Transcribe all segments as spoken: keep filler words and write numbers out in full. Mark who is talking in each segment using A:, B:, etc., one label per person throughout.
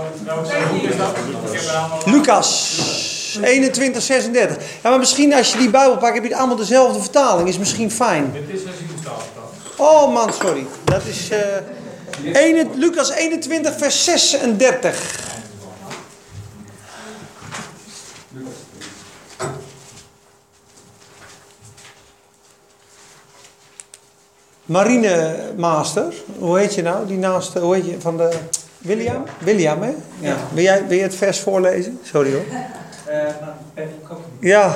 A: Lucas eenentwintig, zesendertig. Ja, maar misschien als je die Bijbel pakt, heb je allemaal dezelfde vertaling. Is misschien fijn.
B: Dit is een Zielstaal.
A: Oh man, sorry. Dat is uh, Lucas eenentwintig, vers zesendertig. Marine Master, hoe heet je nou? Die naast, hoe heet je, van de... William? William, hè? Ja. Wil jij, wil je het vers voorlezen? Sorry hoor.
C: Uh,
A: ja.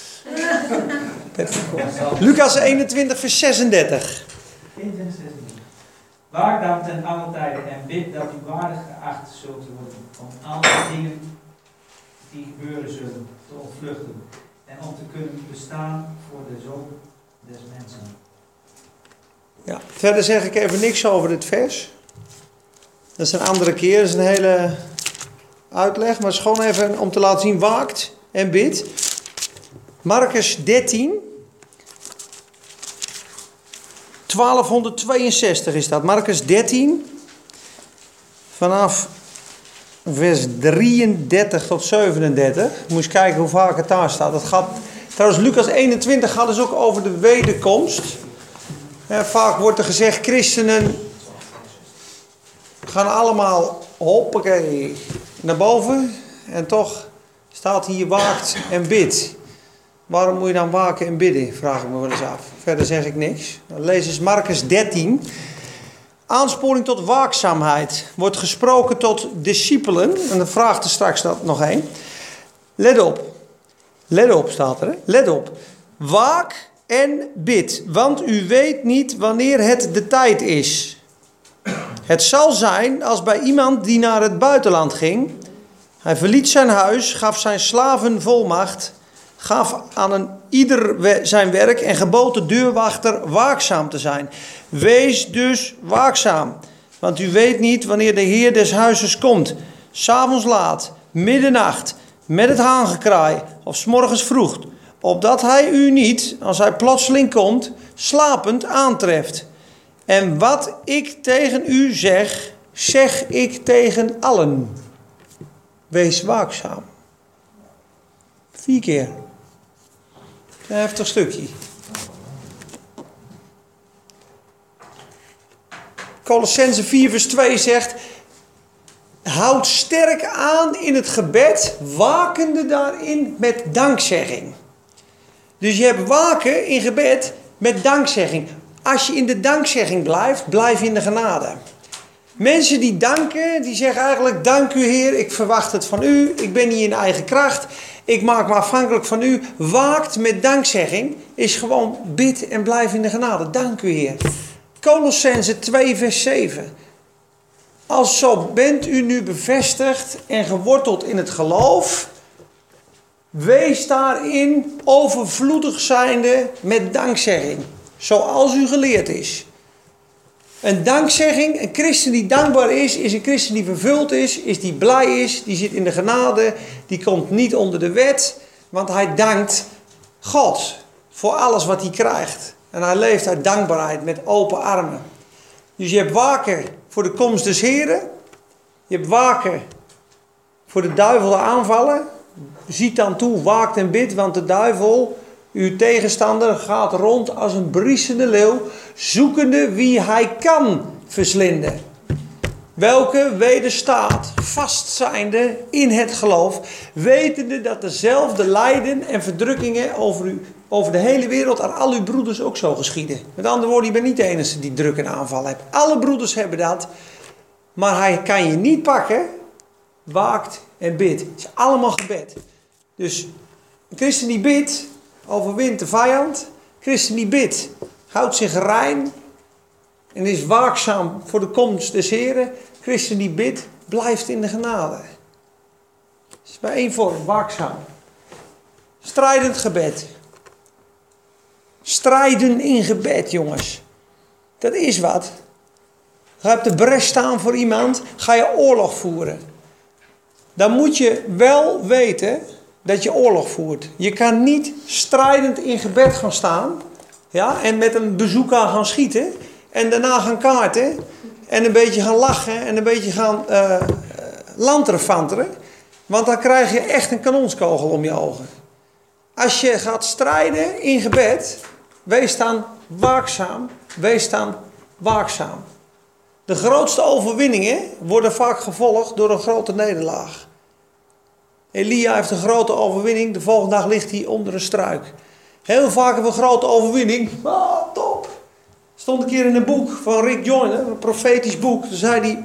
A: Lucas eenentwintig, vers zesendertig.
C: eenentwintig, zesendertig. Waak dan ten alle tijden en bid dat u waardig geacht zult worden om alle dingen die gebeuren zullen te ontvluchten en om te kunnen bestaan voor de Zoon des mensen.
A: Ja, verder zeg ik even niks over dit vers. Dat is een andere keer, dat is een hele uitleg, maar het is gewoon even om te laten zien, waakt en bid. Marcus dertien, twaalfhonderdtweeënzestig is dat. Marcus dertien, vanaf vers drieëndertig tot zevenendertig. Moet je kijken hoe vaak het daar staat. Dat gaat, trouwens, Lucas eenentwintig gaat dus ook over de wederkomst. Ja, vaak wordt er gezegd, christenen gaan allemaal hoppakee naar boven. En toch staat hier waakt en bid. Waarom moet je dan waken en bidden? Vraag ik me wel eens af. Verder zeg ik niks. Dan lees eens Marcus dertien. Aansporing tot waakzaamheid. Wordt gesproken tot discipelen. En dan vraagt er straks dat nog één. Let op. Let op staat er. Hè? Let op. Waak en bid, want u weet niet wanneer het de tijd is. Het zal zijn als bij iemand die naar het buitenland ging. Hij verliet zijn huis, gaf zijn slaven volmacht, gaf aan een ieder zijn werk en gebood de deurwachter waakzaam te zijn. Wees dus waakzaam, want u weet niet wanneer de Heer des huizes komt. 's Avonds laat, middernacht, met het haangekraai of 's morgens vroeg. Opdat hij u niet, als hij plotseling komt, slapend aantreft. En wat ik tegen u zeg, zeg ik tegen allen. Wees waakzaam. Vier keer. Een heftig stukje. Colossenzen vier vers twee zegt, houd sterk aan in het gebed, wakende daarin met dankzegging. Dus je hebt waken in gebed met dankzegging. Als je in de dankzegging blijft, blijf je in de genade. Mensen die danken, die zeggen eigenlijk, dank u Heer, ik verwacht het van u, ik ben niet in eigen kracht, ik maak me afhankelijk van u. Waakt met dankzegging is gewoon bid en blijf in de genade. Dank u Heer. Colossenzen twee vers zeven. Als zo bent u nu bevestigd en geworteld in het geloof, wees daarin overvloedig zijnde met dankzegging, zoals u geleerd is. Een dankzegging, een christen die dankbaar is, is een christen die vervuld is, is die blij is, die zit in de genade, die komt niet onder de wet, want hij dankt God voor alles wat hij krijgt. En hij leeft uit dankbaarheid met open armen. Dus je hebt waken voor de komst des Heren, je hebt waken voor de duivel de aanvallen. Ziet dan toe, waakt en bid, want de duivel, uw tegenstander, gaat rond als een briesende leeuw, zoekende wie hij kan verslinden. Welke wederstaat, vastzijnde in het geloof, wetende dat dezelfde lijden en verdrukkingen over, u, over de hele wereld aan al uw broeders ook zo geschieden. Met andere woorden, je bent niet de enige die druk en aanval hebt. Alle broeders hebben dat, maar hij kan je niet pakken. Waakt en bidt. Het is allemaal gebed. Dus een christen die bidt, overwint de vijand. Een christen die bidt, houdt zich rein en is waakzaam voor de komst des Heren. Een christen die bidt, blijft in de genade. Het is bij één vorm, waakzaam. Strijdend gebed. Strijden in gebed, jongens. Dat is wat. Ga je op de bres staan voor iemand, ga je oorlog voeren. Dan moet je wel weten dat je oorlog voert. Je kan niet strijdend in gebed gaan staan, ja, en met een bezoeker gaan schieten en daarna gaan kaarten en een beetje gaan lachen en een beetje gaan uh, lanterfanteren. Want dan krijg je echt een kanonskogel om je ogen. Als je gaat strijden in gebed, wees dan waakzaam, wees dan waakzaam. De grootste overwinningen worden vaak gevolgd door een grote nederlaag. Elia heeft een grote overwinning, de volgende dag ligt hij onder een struik. Heel vaak hebben we een grote overwinning. Ah, top! Stond een keer in een boek van Rick Joyner, een profetisch boek. Toen zei hij,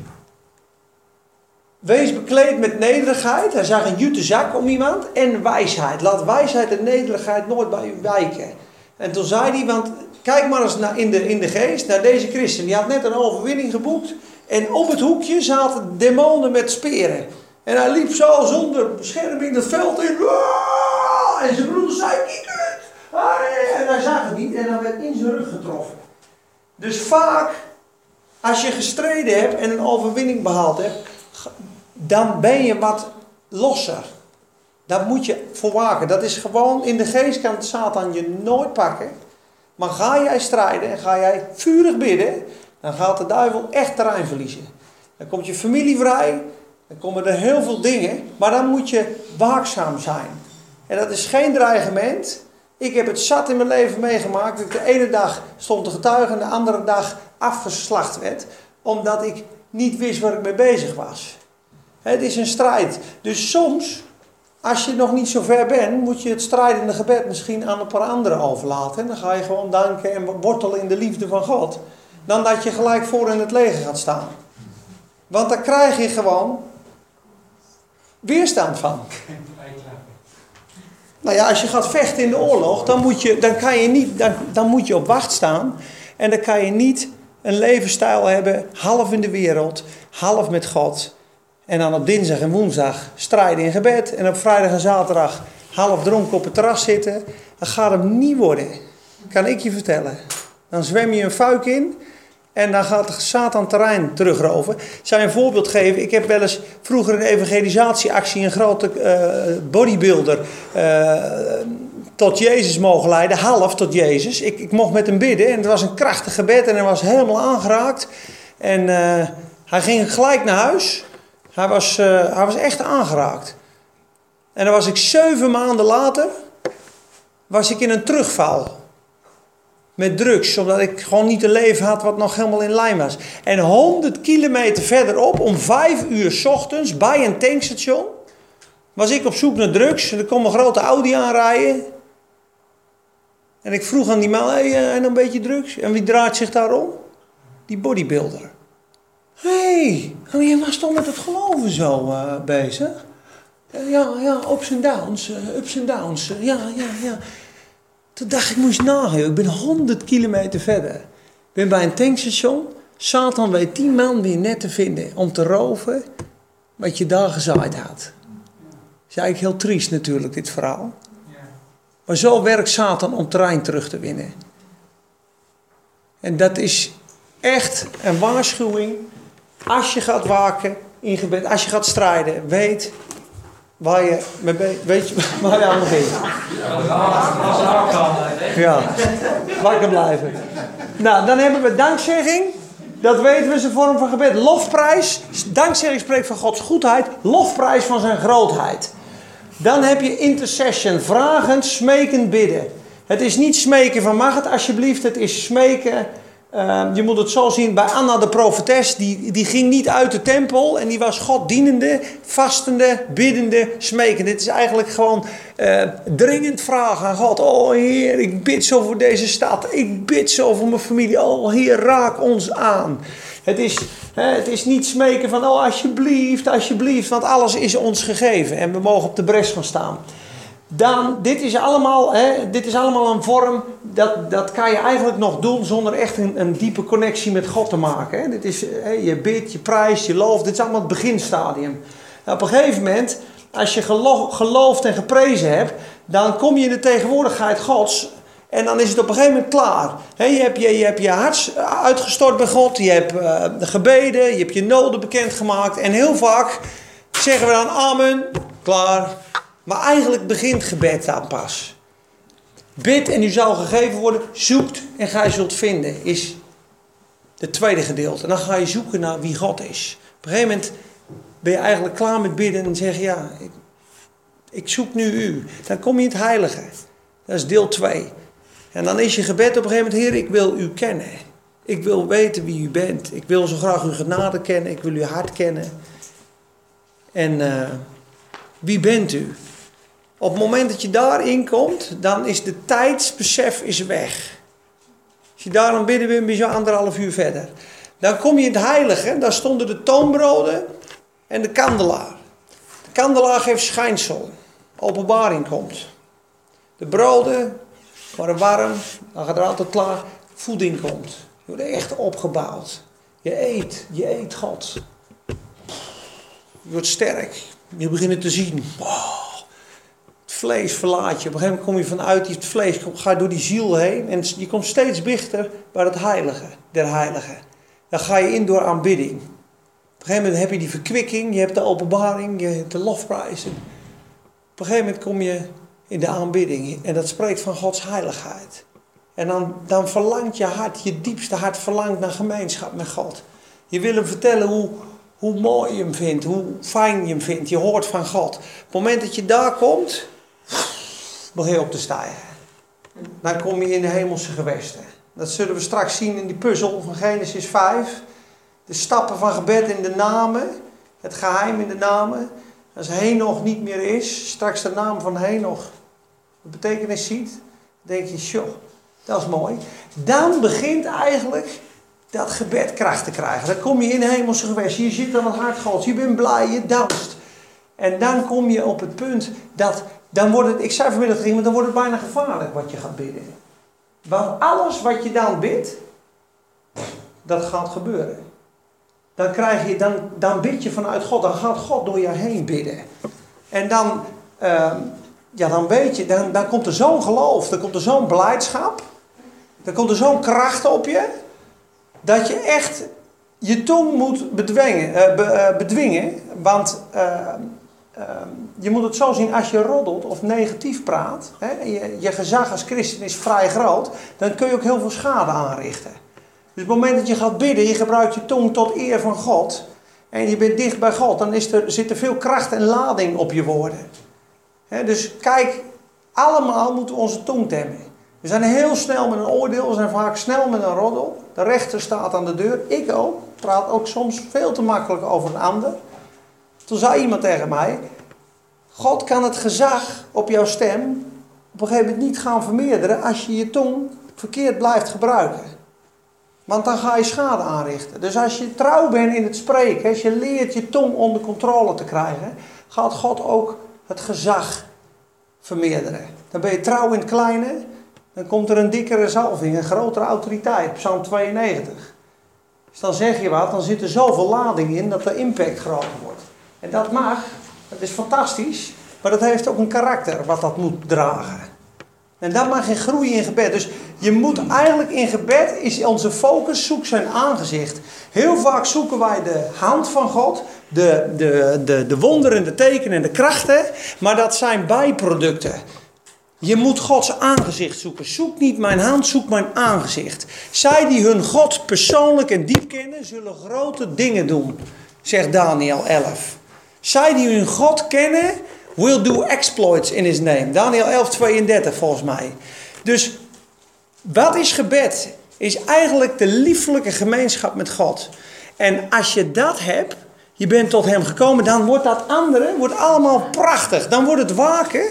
A: wees bekleed met nederigheid. Hij zag een jute zak om iemand. En wijsheid. Laat wijsheid en nederigheid nooit bij u wijken. En toen zei hij, want kijk maar eens naar in, de, in de geest naar deze christen. Die had net een overwinning geboekt. En op het hoekje zaten demonen met speren. En hij liep zo zonder bescherming dat veld in. En zijn broeder zei, kijk het. En hij zag het niet. En hij werd in zijn rug getroffen. Dus vaak, als je gestreden hebt en een overwinning behaald hebt, dan ben je wat losser. Daar moet je voor waken. Dat is gewoon, in de geest kan Satan je nooit pakken. Maar ga jij strijden en ga jij vurig bidden, dan gaat de duivel echt terrein verliezen. Dan komt je familie vrij, dan komen er heel veel dingen, maar dan moet je waakzaam zijn. En dat is geen dreigement. Ik heb het zat in mijn leven meegemaakt dat ik de ene dag stond te getuigen en de andere dag afgeslacht werd, omdat ik niet wist waar ik mee bezig was. Het is een strijd. Dus soms, als je nog niet zo ver bent, moet je het strijdende gebed misschien aan een paar anderen overlaten. En dan ga je gewoon danken en wortelen in de liefde van God. Dan dat je gelijk voor in het leger gaat staan. Want daar krijg je gewoon weerstand van. Nou ja, als je gaat vechten in de oorlog, dan moet je, dan kan je, niet, dan, dan moet je op wacht staan. En dan kan je niet een levensstijl hebben, half in de wereld, half met God. En dan op dinsdag en woensdag strijden in gebed. En op vrijdag en zaterdag half dronken op het terras zitten. Dat gaat hem niet worden. Kan ik je vertellen. Dan zwem je een fuik in. En dan gaat Satan terrein terugroven. Ik zal je een voorbeeld geven. Ik heb wel eens vroeger een evangelisatieactie. Een grote uh, bodybuilder uh, tot Jezus mogen leiden. Half tot Jezus. Ik, ik mocht met hem bidden. En het was een krachtig gebed. En hij was helemaal aangeraakt. En uh, hij ging gelijk naar huis. Hij was, uh, hij was echt aangeraakt. En dan was ik zeven maanden later, was ik in een terugval. Met drugs, omdat ik gewoon niet een leven had wat nog helemaal in lijn was. En honderd kilometer verderop, om vijf uur 's ochtends, bij een tankstation, was ik op zoek naar drugs. En er kwam een grote Audi aanrijden. En ik vroeg aan die man, hey, uh, en een beetje drugs? En wie draait zich daarom? Die bodybuilder. Hé, hey, je was toch met het geloven zo uh, bezig? Uh, ja, ja, ups en downs, uh, ups en downs, uh, ja, ja, ja. Toen dacht ik, moest nagaan, ik ben honderd kilometer verder. Ik ben bij een tankstation, Satan weet tien man weer net te vinden om te roven wat je daar gezaaid had. Dat is eigenlijk heel triest natuurlijk, dit verhaal. Maar zo werkt Satan om terrein terug te winnen. En dat is echt een waarschuwing. Als je gaat waken in gebed, als je gaat strijden, weet waar je mee be- weet je waar je aan moet beginnen. Ja, wakker blijven. Nou, dan hebben we dankzegging. Dat weten we, is een vorm van gebed. Lofprijs. Dankzegging spreekt van Gods goedheid. Lofprijs van zijn grootheid. Dan heb je intercession. Vragend, smekend bidden. Het is niet smeken van mag het alsjeblieft. Het is smeken. Uh, je moet het zo zien bij Anna de profetes. Die, die ging niet uit de tempel. En die was God dienende, vastende, biddende, smekende. Het is eigenlijk gewoon uh, dringend vragen aan God. Oh Heer, ik bid zo voor deze stad. Ik bid zo voor mijn familie. Oh Heer, raak ons aan. Het is, hè, het is niet smeken van oh alsjeblieft, alsjeblieft. Want alles is ons gegeven. En we mogen op de bres gaan staan. Dan, dit is allemaal, hè, dit is allemaal een vorm, dat, dat kan je eigenlijk nog doen zonder echt een, een diepe connectie met God te maken. Hè. Dit is, hè, je bidt, je prijst, je looft, dit is allemaal het beginstadium. Nou, op een gegeven moment, als je gelo- geloofd en geprezen hebt, dan kom je in de tegenwoordigheid Gods en dan is het op een gegeven moment klaar. Hè, je, hebt je, je hebt je hart uitgestort bij God, je hebt uh, gebeden, je hebt je noden bekendgemaakt en heel vaak zeggen we dan amen, klaar. Maar eigenlijk begint gebed dan pas. Bid en u zal gegeven worden. Zoekt en gij zult vinden. Is het tweede gedeelte. En dan ga je zoeken naar wie God is. Op een gegeven moment ben je eigenlijk klaar met bidden en zeg je, ja, ik, ik zoek nu u. Dan kom je in het heilige. Dat is deel twee. En dan is je gebed op een gegeven moment, Heer, ik wil u kennen. Ik wil weten wie u bent. Ik wil zo graag uw genade kennen. Ik wil uw hart kennen. En uh, wie bent u? Op het moment dat je daarin komt, dan is de tijdsbesef is weg. Als je daar aan bidden bent, ben je zo anderhalf uur verder. Dan kom je in het heilige, daar stonden de toonbroden en de kandelaar. De kandelaar geeft schijnsel. Openbaring komt. De broden waren warm, dan gaat er altijd klaar. Voeding komt. Je wordt echt opgebouwd. Je eet, je eet God. Je wordt sterk. Je begint het te zien. Wow. Het vlees verlaat je. Op een gegeven moment kom je vanuit het vlees, ga je door die ziel heen. En je komt steeds dichter bij het heilige, der heiligen. Dan ga je in door aanbidding. Op een gegeven moment heb je die verkwikking, je hebt de openbaring, je hebt de lofprijzen. Op een gegeven moment kom je in de aanbidding. En dat spreekt van Gods heiligheid. En dan, dan verlangt je hart, je diepste hart verlangt naar gemeenschap met God. Je wil hem vertellen hoe, hoe mooi je hem vindt, hoe fijn je hem vindt. Je hoort van God. Op het moment dat je daar komt, begin je op te stijgen. Dan kom je in de hemelse gewesten. Dat zullen we straks zien in die puzzel van Genesis vijf. De stappen van gebed in de namen. Het geheim in de namen. Als Henoch niet meer is, straks de naam van Henoch de betekenis ziet, denk je, joh, dat is mooi. Dan begint eigenlijk dat gebed kracht te krijgen. Dan kom je in de hemelse gewesten. Je zit aan het hart Gods. Je bent blij, je danst. En dan kom je op het punt dat, dan wordt het, ik zei vanmiddag tegen iemand, dan wordt het bijna gevaarlijk wat je gaat bidden. Want alles wat je dan bidt, dat gaat gebeuren. Dan krijg je, dan, dan bid je vanuit God. Dan gaat God door je heen bidden. En dan, uh, ja, dan weet je, dan, dan komt er zo'n geloof, dan komt er zo'n blijdschap, dan komt er zo'n kracht op je, dat je echt je tong moet bedwingen, uh, be, uh, bedwingen. Want uh, uh, je moet het zo zien, als je roddelt of negatief praat, hè, je, je gezag als christen is vrij groot, dan kun je ook heel veel schade aanrichten. Dus op het moment dat je gaat bidden, je gebruikt je tong tot eer van God, en je bent dicht bij God, dan is er, zit er veel kracht en lading op je woorden. He, dus kijk, allemaal moeten we onze tong temmen. We zijn heel snel met een oordeel, we zijn vaak snel met een roddel. De rechter staat aan de deur, ik ook. Praat ook soms veel te makkelijk over een ander. Toen zei iemand tegen mij, God kan het gezag op jouw stem op een gegeven moment niet gaan vermeerderen als je je tong verkeerd blijft gebruiken. Want dan ga je schade aanrichten. Dus als je trouw bent in het spreken, als je leert je tong onder controle te krijgen, gaat God ook het gezag vermeerderen. Dan ben je trouw in het kleine, dan komt er een dikkere zalving, een grotere autoriteit. Psalm tweeënnegentig. Dus dan zeg je wat, dan zit er zoveel lading in dat de impact groter wordt. En dat mag, dat is fantastisch, maar dat heeft ook een karakter wat dat moet dragen. En dat mag in groeien in gebed. Dus je moet eigenlijk in gebed, is onze focus, zoek zijn aangezicht. Heel vaak zoeken wij de hand van God, de, de, de, de wonderen, de tekenen en de krachten. Maar dat zijn bijproducten. Je moet Gods aangezicht zoeken. Zoek niet mijn hand, zoek mijn aangezicht. Zij die hun God persoonlijk en diep kennen, zullen grote dingen doen. Zegt Daniel elf. Zij die hun God kennen, will do exploits in his name. Daniel elf tweeëndertig volgens mij. Dus wat is gebed? Is eigenlijk de liefelijke gemeenschap met God. En als je dat hebt, je bent tot hem gekomen, dan wordt dat andere wordt allemaal prachtig. Dan wordt het waken,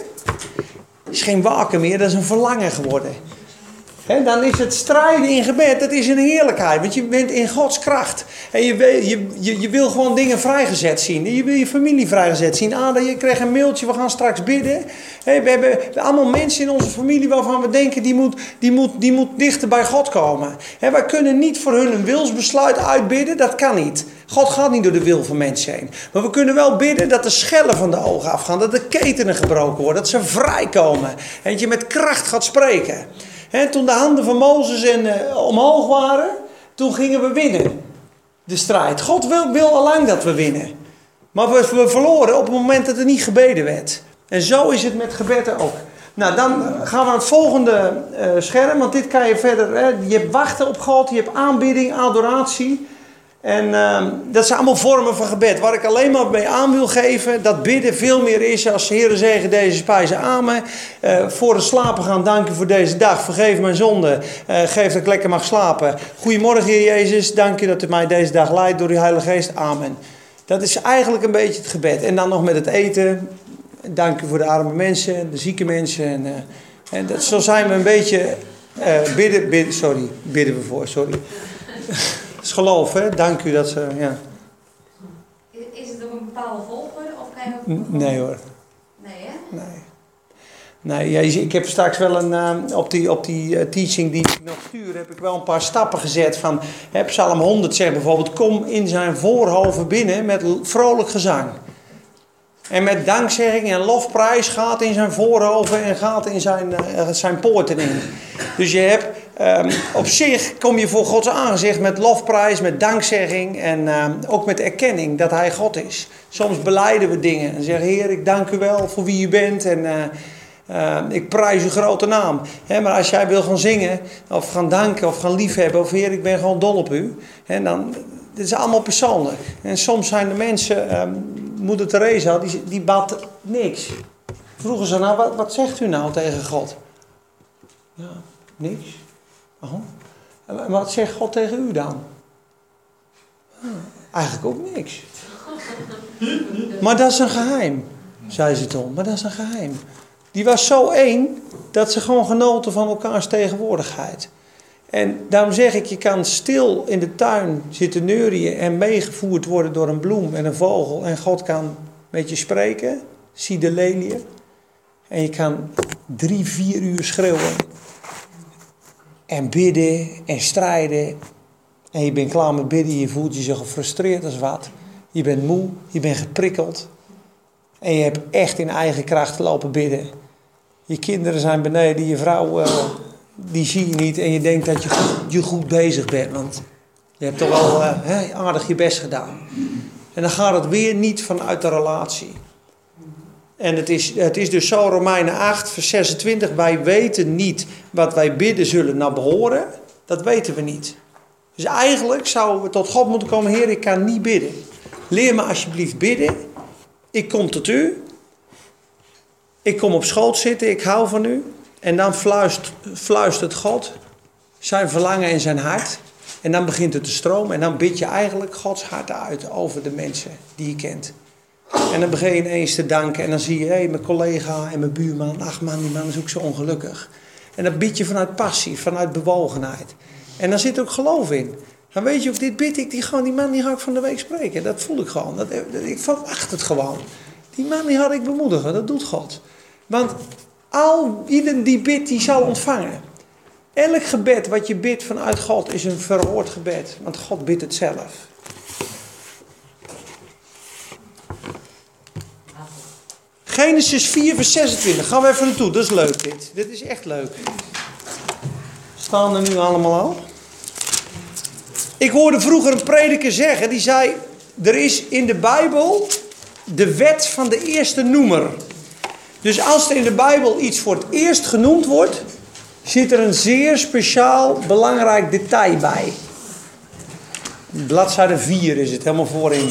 A: is geen waken meer, dat is een verlangen geworden. He, dan is het strijden in gebed, dat is een heerlijkheid. Want je bent in Gods kracht. En je, je, je, je wil gewoon dingen vrijgezet zien. Je wil je familie vrijgezet zien. Ah, je krijgt een mailtje, we gaan straks bidden. He, we hebben allemaal mensen in onze familie waarvan we denken, die moet, die moet, die moet dichter bij God komen. He, wij kunnen niet voor hun een wilsbesluit uitbidden, dat kan niet. God gaat niet door de wil van mensen heen. Maar we kunnen wel bidden dat de schellen van de ogen afgaan. Dat de ketenen gebroken worden. Dat ze vrijkomen. En dat je met kracht gaat spreken. He, toen de handen van Mozes en, uh, omhoog waren, toen gingen we winnen. De strijd. God wil, wil al lang dat we winnen. Maar we, we verloren op het moment dat er niet gebeden werd. En zo is het met gebed ook. Nou, dan gaan we naar het volgende uh, scherm. Want dit kan je verder. Hè, je hebt wachten op God. Je hebt aanbidding, adoratie. En uh, dat zijn allemaal vormen van gebed. Waar ik alleen maar mee aan wil geven. Dat bidden veel meer is als Heere zegen deze spijzen amen. Uh, voor het slapen gaan, dank u voor deze dag. Vergeef mijn zonde. Uh, geef dat ik lekker mag slapen. Goedemorgen Heer Jezus. Dank u dat u mij deze dag leidt door uw Heilige Geest. Amen. Dat is eigenlijk een beetje het gebed. En dan nog met het eten. Dank u voor de arme mensen. De zieke mensen. En, uh, en dat, zo zijn we een beetje... Uh, bidden, bidden, sorry. Bidden we voor, sorry. Dat is geloof, hè? Dank u dat ze, ja.
B: Is het op een bepaalde volgorde of kan je ook...
A: Nee hoor.
B: Nee, hè?
A: Nee. Nee, ja, ik heb straks wel een, uh, op die, op die uh, teaching die ik nog stuur, heb ik wel een paar stappen gezet van, hè, Psalm honderd zegt bijvoorbeeld, kom in zijn voorhoven binnen met vrolijk gezang. En met dankzegging en lofprijs gaat in zijn voorhoven en gaat in zijn, uh, zijn poorten in. Dus je hebt, um, op zich kom je voor Gods aangezicht met lofprijs, met dankzegging en uh, ook met erkenning dat hij God is. Soms belijden we dingen en zeggen, Heer, ik dank u wel voor wie u bent en uh, uh, ik prijs uw grote naam. He, maar als jij wil gaan zingen of gaan danken of gaan liefhebben of Heer, ik ben gewoon dol op u. He, dan, dit is allemaal persoonlijk. En soms zijn de mensen... Um, Moeder Teresa, die, die bad niks. Vroegen ze nou, wat, wat zegt u nou tegen God? Ja, niks. Oh. En wat zegt God tegen u dan? Ja, eigenlijk ook niks. Maar dat is een geheim, zei ze toen. Maar dat is een geheim. Die was zo één, dat ze gewoon genoten van elkaars tegenwoordigheid. En daarom zeg ik, je kan stil in de tuin zitten neurieën en meegevoerd worden door een bloem en een vogel. En God kan met je spreken, zie de leliën. En je kan drie, vier uur schreeuwen. En bidden en strijden. En je bent klaar met bidden, je voelt je zo gefrustreerd als wat. Je bent moe, je bent geprikkeld. En je hebt echt in eigen kracht lopen bidden. Je kinderen zijn beneden, je vrouw... Uh, Die zie je niet en je denkt dat je goed, je goed bezig bent. Want je hebt toch wel uh, he, aardig je best gedaan. En dan gaat het weer niet vanuit de relatie. En het is, het is dus zo, Romeinen acht, vers zesentwintig. Wij weten niet wat wij bidden zullen naar behoren. Dat weten we niet. Dus eigenlijk zouden we tot God moeten komen. Heer, ik kan niet bidden. Leer me alsjeblieft bidden. Ik kom tot u. Ik kom op schoot zitten. Ik hou van u. En dan fluistert, fluistert God zijn verlangen in zijn hart. En dan begint het te stromen. En dan bid je eigenlijk Gods hart uit over de mensen die je kent. En dan begin je ineens te danken. En dan zie je, hé, hey, mijn collega en mijn buurman. Ach man, die man is ook zo ongelukkig. En dan bid je vanuit passie, vanuit bewogenheid. En dan zit ook geloof in. Dan weet je ook, dit bid ik, die, gewoon, die man die ga ik van de week spreken. Dat voel ik gewoon. Dat, ik verwacht het gewoon. Die man die had ik bemoedigen, dat doet God. Want... Al ieder die bidt, die zal ontvangen. Elk gebed wat je bidt vanuit God is een verhoord gebed. Want God bidt het zelf. Genesis vier vers zesentwintig. Gaan we even naartoe. Dat is leuk dit. Dit is echt leuk. Staan er nu allemaal al? Ik hoorde vroeger een prediker zeggen. Die zei. Er is in de Bijbel de wet van de eerste noemer. Dus als er in de Bijbel iets voor het eerst genoemd wordt, zit er een zeer speciaal belangrijk detail bij. Bladzijde vier is het helemaal voorin.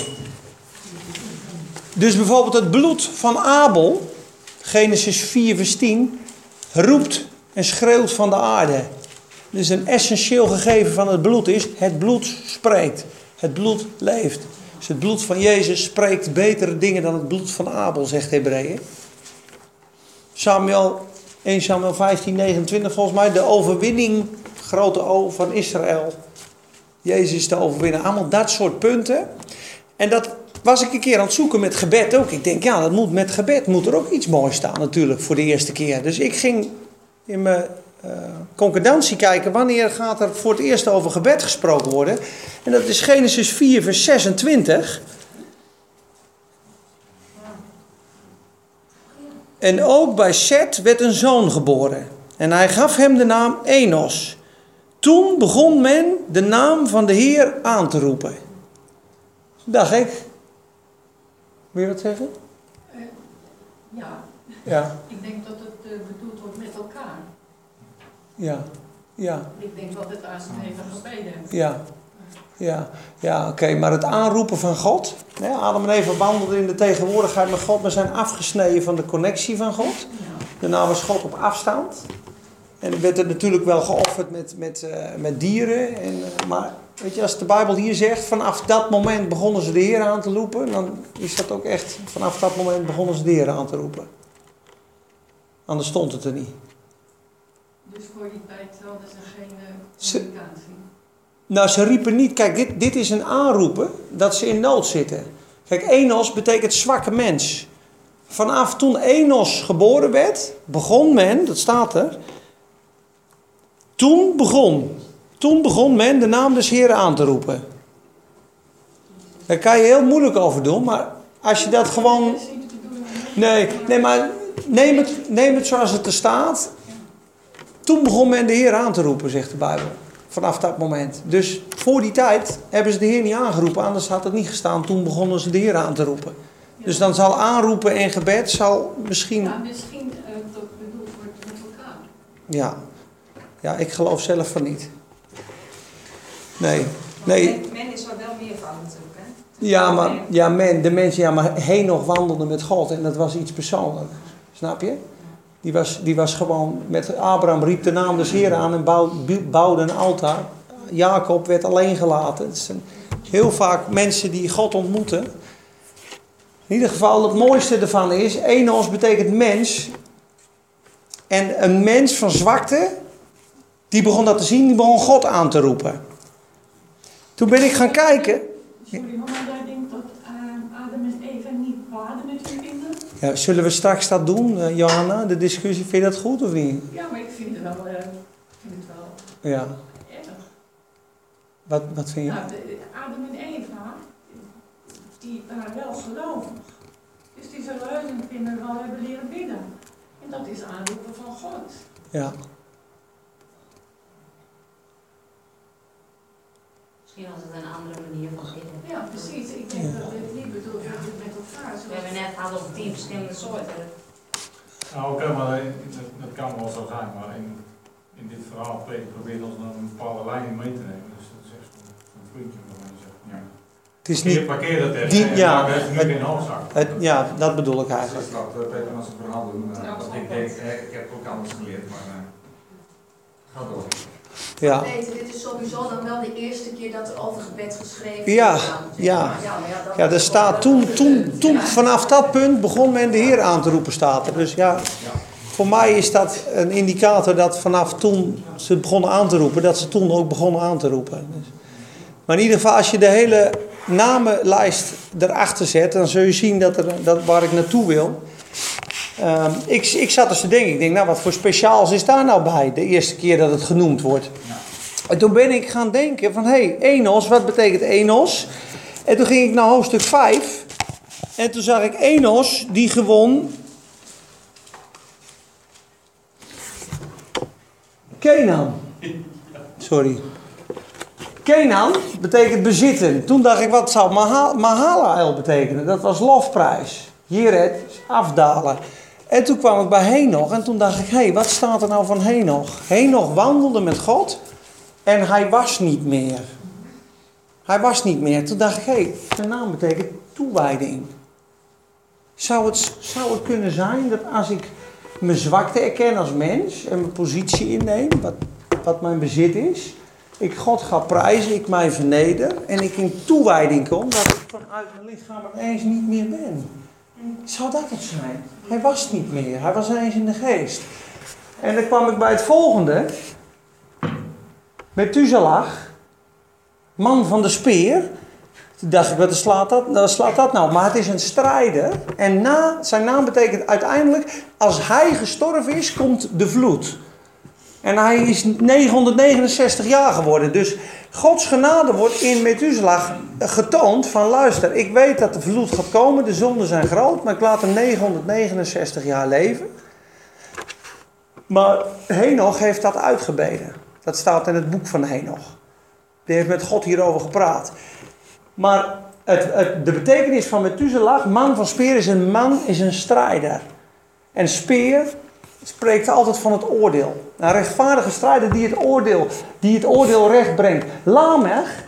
A: Dus bijvoorbeeld het bloed van Abel, Genesis vier vers tien, roept en schreeuwt van de aarde. Dus een essentieel gegeven van het bloed is, het bloed spreekt. Het bloed leeft. Dus het bloed van Jezus spreekt betere dingen dan het bloed van Abel, zegt Hebreeën. Samuel, eerste Samuel vijftien negenentwintig volgens mij, de overwinning, grote O van Israël. Jezus is de overwinnaar, allemaal dat soort punten. En dat was ik een keer aan het zoeken met gebed ook. Ik denk, ja, dat moet, met gebed moet er ook iets moois staan natuurlijk voor de eerste keer. Dus ik ging in mijn uh, concordantie kijken, wanneer gaat er voor het eerst over gebed gesproken worden. En dat is Genesis vier vers zesentwintig. En ook bij Seth werd een zoon geboren. En hij gaf hem de naam Enos. Toen begon men de naam van de Heer aan te roepen. Dacht ik. Wil je wat zeggen?
D: Uh, ja.
A: Ja.
D: Ik denk dat het uh, bedoeld wordt met elkaar.
A: Ja. Ja.
D: Ik denk dat het aan zijn even gebeden hebben.
A: Ja. Ja, ja oké, maar het aanroepen van God. Hè, Adam en Eva wandelden in de tegenwoordigheid met God, maar zijn afgesneden van de connectie van God. Daarna was God op afstand. En er werd er natuurlijk wel geofferd met, met, uh, met dieren. En, uh, maar weet je, als de Bijbel hier zegt, vanaf dat moment begonnen ze de Heer aan te roepen. Dan is dat ook echt, vanaf dat moment begonnen ze de Heer aan te roepen. Anders stond het er niet.
D: Dus voor die tijd hadden ze geen uh,
A: Ze-
D: communicatie.
A: Nou, ze riepen niet, kijk, dit, dit is een aanroepen dat ze in nood zitten. Kijk, Enos betekent zwakke mens. Vanaf toen Enos geboren werd, begon men, dat staat er. Toen begon, toen begon men de naam des Heeren aan te roepen. Daar kan je heel moeilijk over doen, maar als je dat gewoon...
D: Dat is niet de bedoeling.
A: Nee, nee maar neem het, neem het zoals het er staat. Toen begon men de Heer aan te roepen, zegt de Bijbel. Vanaf dat moment. Dus voor die tijd hebben ze de Heer niet aangeroepen, anders had het niet gestaan. Toen begonnen ze de Heer aan te roepen. Dus dan zal aanroepen en gebed zal misschien...
D: Ja, misschien uh, dat bedoeld wordt met elkaar.
A: Ja. Ja, ik geloof zelf van niet. Nee. Nee.
B: Men, men is er wel meer van natuurlijk, hè?
A: Ja, maar ja, men, de mensen, ja, maar Henoch wandelde met God en dat was iets persoonlijks. Snap je? Die was, die was gewoon met Abraham riep de naam des Heeren aan en bouwde, bouwde een altaar. Jacob werd alleen gelaten. Het zijn heel vaak mensen die God ontmoeten. In ieder geval, het mooiste ervan is, Enos betekent mens. En een mens van zwakte, die begon dat te zien, die begon God aan te roepen. Toen ben ik gaan kijken.
D: Sorry, maar jij denkt dat uh, Adam en Eva niet waren met hun kinderen?
A: Ja, zullen we straks dat doen, uh, Johanna? De discussie, vind je dat goed of niet?
D: Ja, maar ik vind het wel, uh, vind het wel
A: Ja.
D: erg.
A: Wat, wat vind je?
D: Nou, de, Adam en Eva, die waren wel gelovig. Dus die zullen hun kinderen wel hebben leren bidden. En dat is aanroepen van God.
A: Ja.
E: Misschien was het een andere manier van bidden.
D: Ja, precies. Ik denk dat dit niet bedoeld wordt dat met elkaar.
E: We hebben net gehad over tien verschillende soorten.
F: Nou, oké, okay, maar dat, dat kan wel zo zijn, maar in, in dit verhaal probeert ons nog een bepaalde lijn mee te nemen. Dus dat is echt een vriendje van mij die zegt, ja.
A: Het is niet...
F: Parkeer dat even.
A: Die, ja,
F: dat is nu in hoofdzak.
A: het, ja, dat bedoel ik eigenlijk.
G: Dat is Peter als het verhaal doen. Uh, wat ik denk, hè, ik heb ook anders geleerd, maar uh, ga door.
A: Ja.
H: Peter, dit is sowieso dan wel de eerste keer dat er over gebed geschreven
A: Ja,
H: wordt.
A: ja.
H: Maar ja, maar ja, dat
A: Ja, er
H: is
A: staat
H: wel-
A: toen, toen, toen, vanaf dat punt begon men de Heer aan te roepen, staat er. Dus ja, voor mij is dat een indicator dat vanaf toen ze begonnen aan te roepen, dat ze toen ook begonnen aan te roepen. Dus. Maar in ieder geval, als je de hele namenlijst erachter zet, dan zul je zien dat er, dat waar ik naartoe wil. Um, ik, ik zat dus te denken, ik denk, nou wat voor speciaals is daar nou bij, de eerste keer dat het genoemd wordt. En toen ben ik gaan denken van, hé, hey, Enos, wat betekent Enos? En toen ging ik naar hoofdstuk vijf. En toen zag ik Enos, die gewon Kenan. Sorry. Kenan betekent bezitten. Toen dacht ik, wat zou Maha- Mahalael betekenen? Dat was lofprijs. Jered is afdalen. En toen kwam ik bij Henoch en toen dacht ik, hé, hey, wat staat er nou van Henoch? Henoch wandelde met God en hij was niet meer. Hij was niet meer. Toen dacht ik, hé, hey, zijn naam betekent toewijding. Zou het, zou het kunnen zijn dat als ik mijn zwakte erken als mens en mijn positie inneem, wat, wat mijn bezit is, ik God ga prijzen, ik mij verneder en ik in toewijding kom, dat ik vanuit mijn lichaam ineens niet meer ben. Zou dat het zijn? Hij was niet meer, hij was ineens in de geest. En dan kwam ik bij het volgende. Methuselah, man van de speer. Toen dacht ik, wat slaat dat, wat slaat dat nou? Maar het is een strijder. En na, zijn naam betekent uiteindelijk, als hij gestorven is, komt de vloed. En hij is negenhonderdnegenenzestig jaar geworden. Dus Gods genade wordt in Methuselah getoond van, luister, ik weet dat de vloed gaat komen, de zonden zijn groot, maar ik laat hem negenhonderdnegenenzestig jaar leven. Maar Henoch heeft dat uitgebeden. Dat staat in het boek van Henoch. Die heeft met God hierover gepraat. Maar het, het, de betekenis van Methuselah, man van speer, is een man, is een strijder. En speer spreekt altijd van het oordeel. Een rechtvaardige strijder die het oordeel, die het oordeel recht brengt. Lamech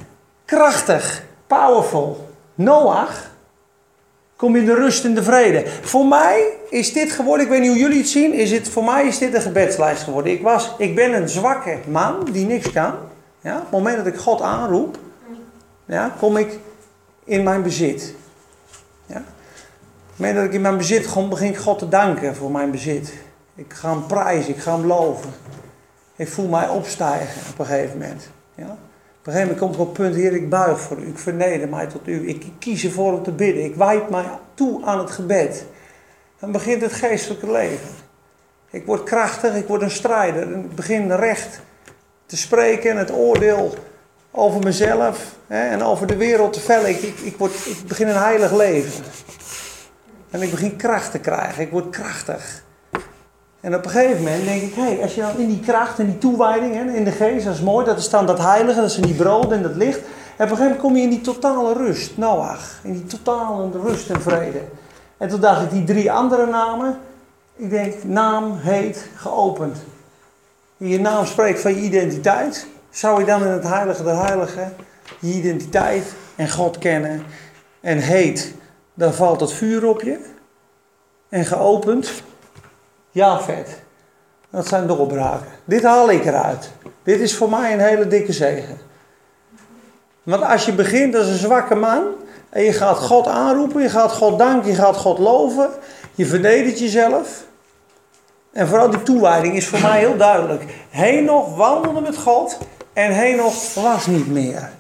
A: krachtig, powerful. Noach, kom je in de rust en de vrede. Voor mij is dit geworden, ik weet niet hoe jullie het zien, is het, voor mij is dit een gebedslijst geworden. Ik, was, ik ben een zwakke man die niks kan. Ja, op het moment dat ik God aanroep, ja, kom ik in mijn bezit. Ja. Op het moment dat ik in mijn bezit kom, begin ik God te danken voor mijn bezit. Ik ga hem prijzen, ik ga hem loven. Ik voel mij opstijgen op een gegeven moment. Ja. Op een gegeven moment kom ik op het punt, Heer, ik buig voor u, ik verneder mij tot u. Ik kies ervoor om te bidden, ik wijd mij toe aan het gebed. Dan begint het geestelijke leven. Ik word krachtig, ik word een strijder. En ik begin recht te spreken en het oordeel over mezelf hè, en over de wereld te vellen. Ik, ik, ik, word, ik begin een heilig leven. En ik begin kracht te krijgen. Ik word krachtig. En op een gegeven moment denk ik, hé, hey, als je dan in die kracht en die toewijding, hè, in de geest, dat is mooi, dat is dan dat heilige, dat zijn die brood en dat licht. En op een gegeven moment kom je in die totale rust, Noach. In die totale rust en vrede. En toen dacht ik, die drie andere namen, ik denk, naam, heet, geopend. Je naam spreekt van je identiteit. Zou je dan in het heilige der heiligen je identiteit en God kennen. En heet, dan valt het vuur op je. En geopend, ja vet. Dat zijn doorbraken. Dit haal ik eruit. Dit is voor mij een hele dikke zegen. Want als je begint als een zwakke man en je gaat God aanroepen, je gaat God danken, je gaat God loven, je vernedert jezelf. En vooral die toewijding is voor mij heel duidelijk. Henoch wandelde met God en Henoch was niet meer.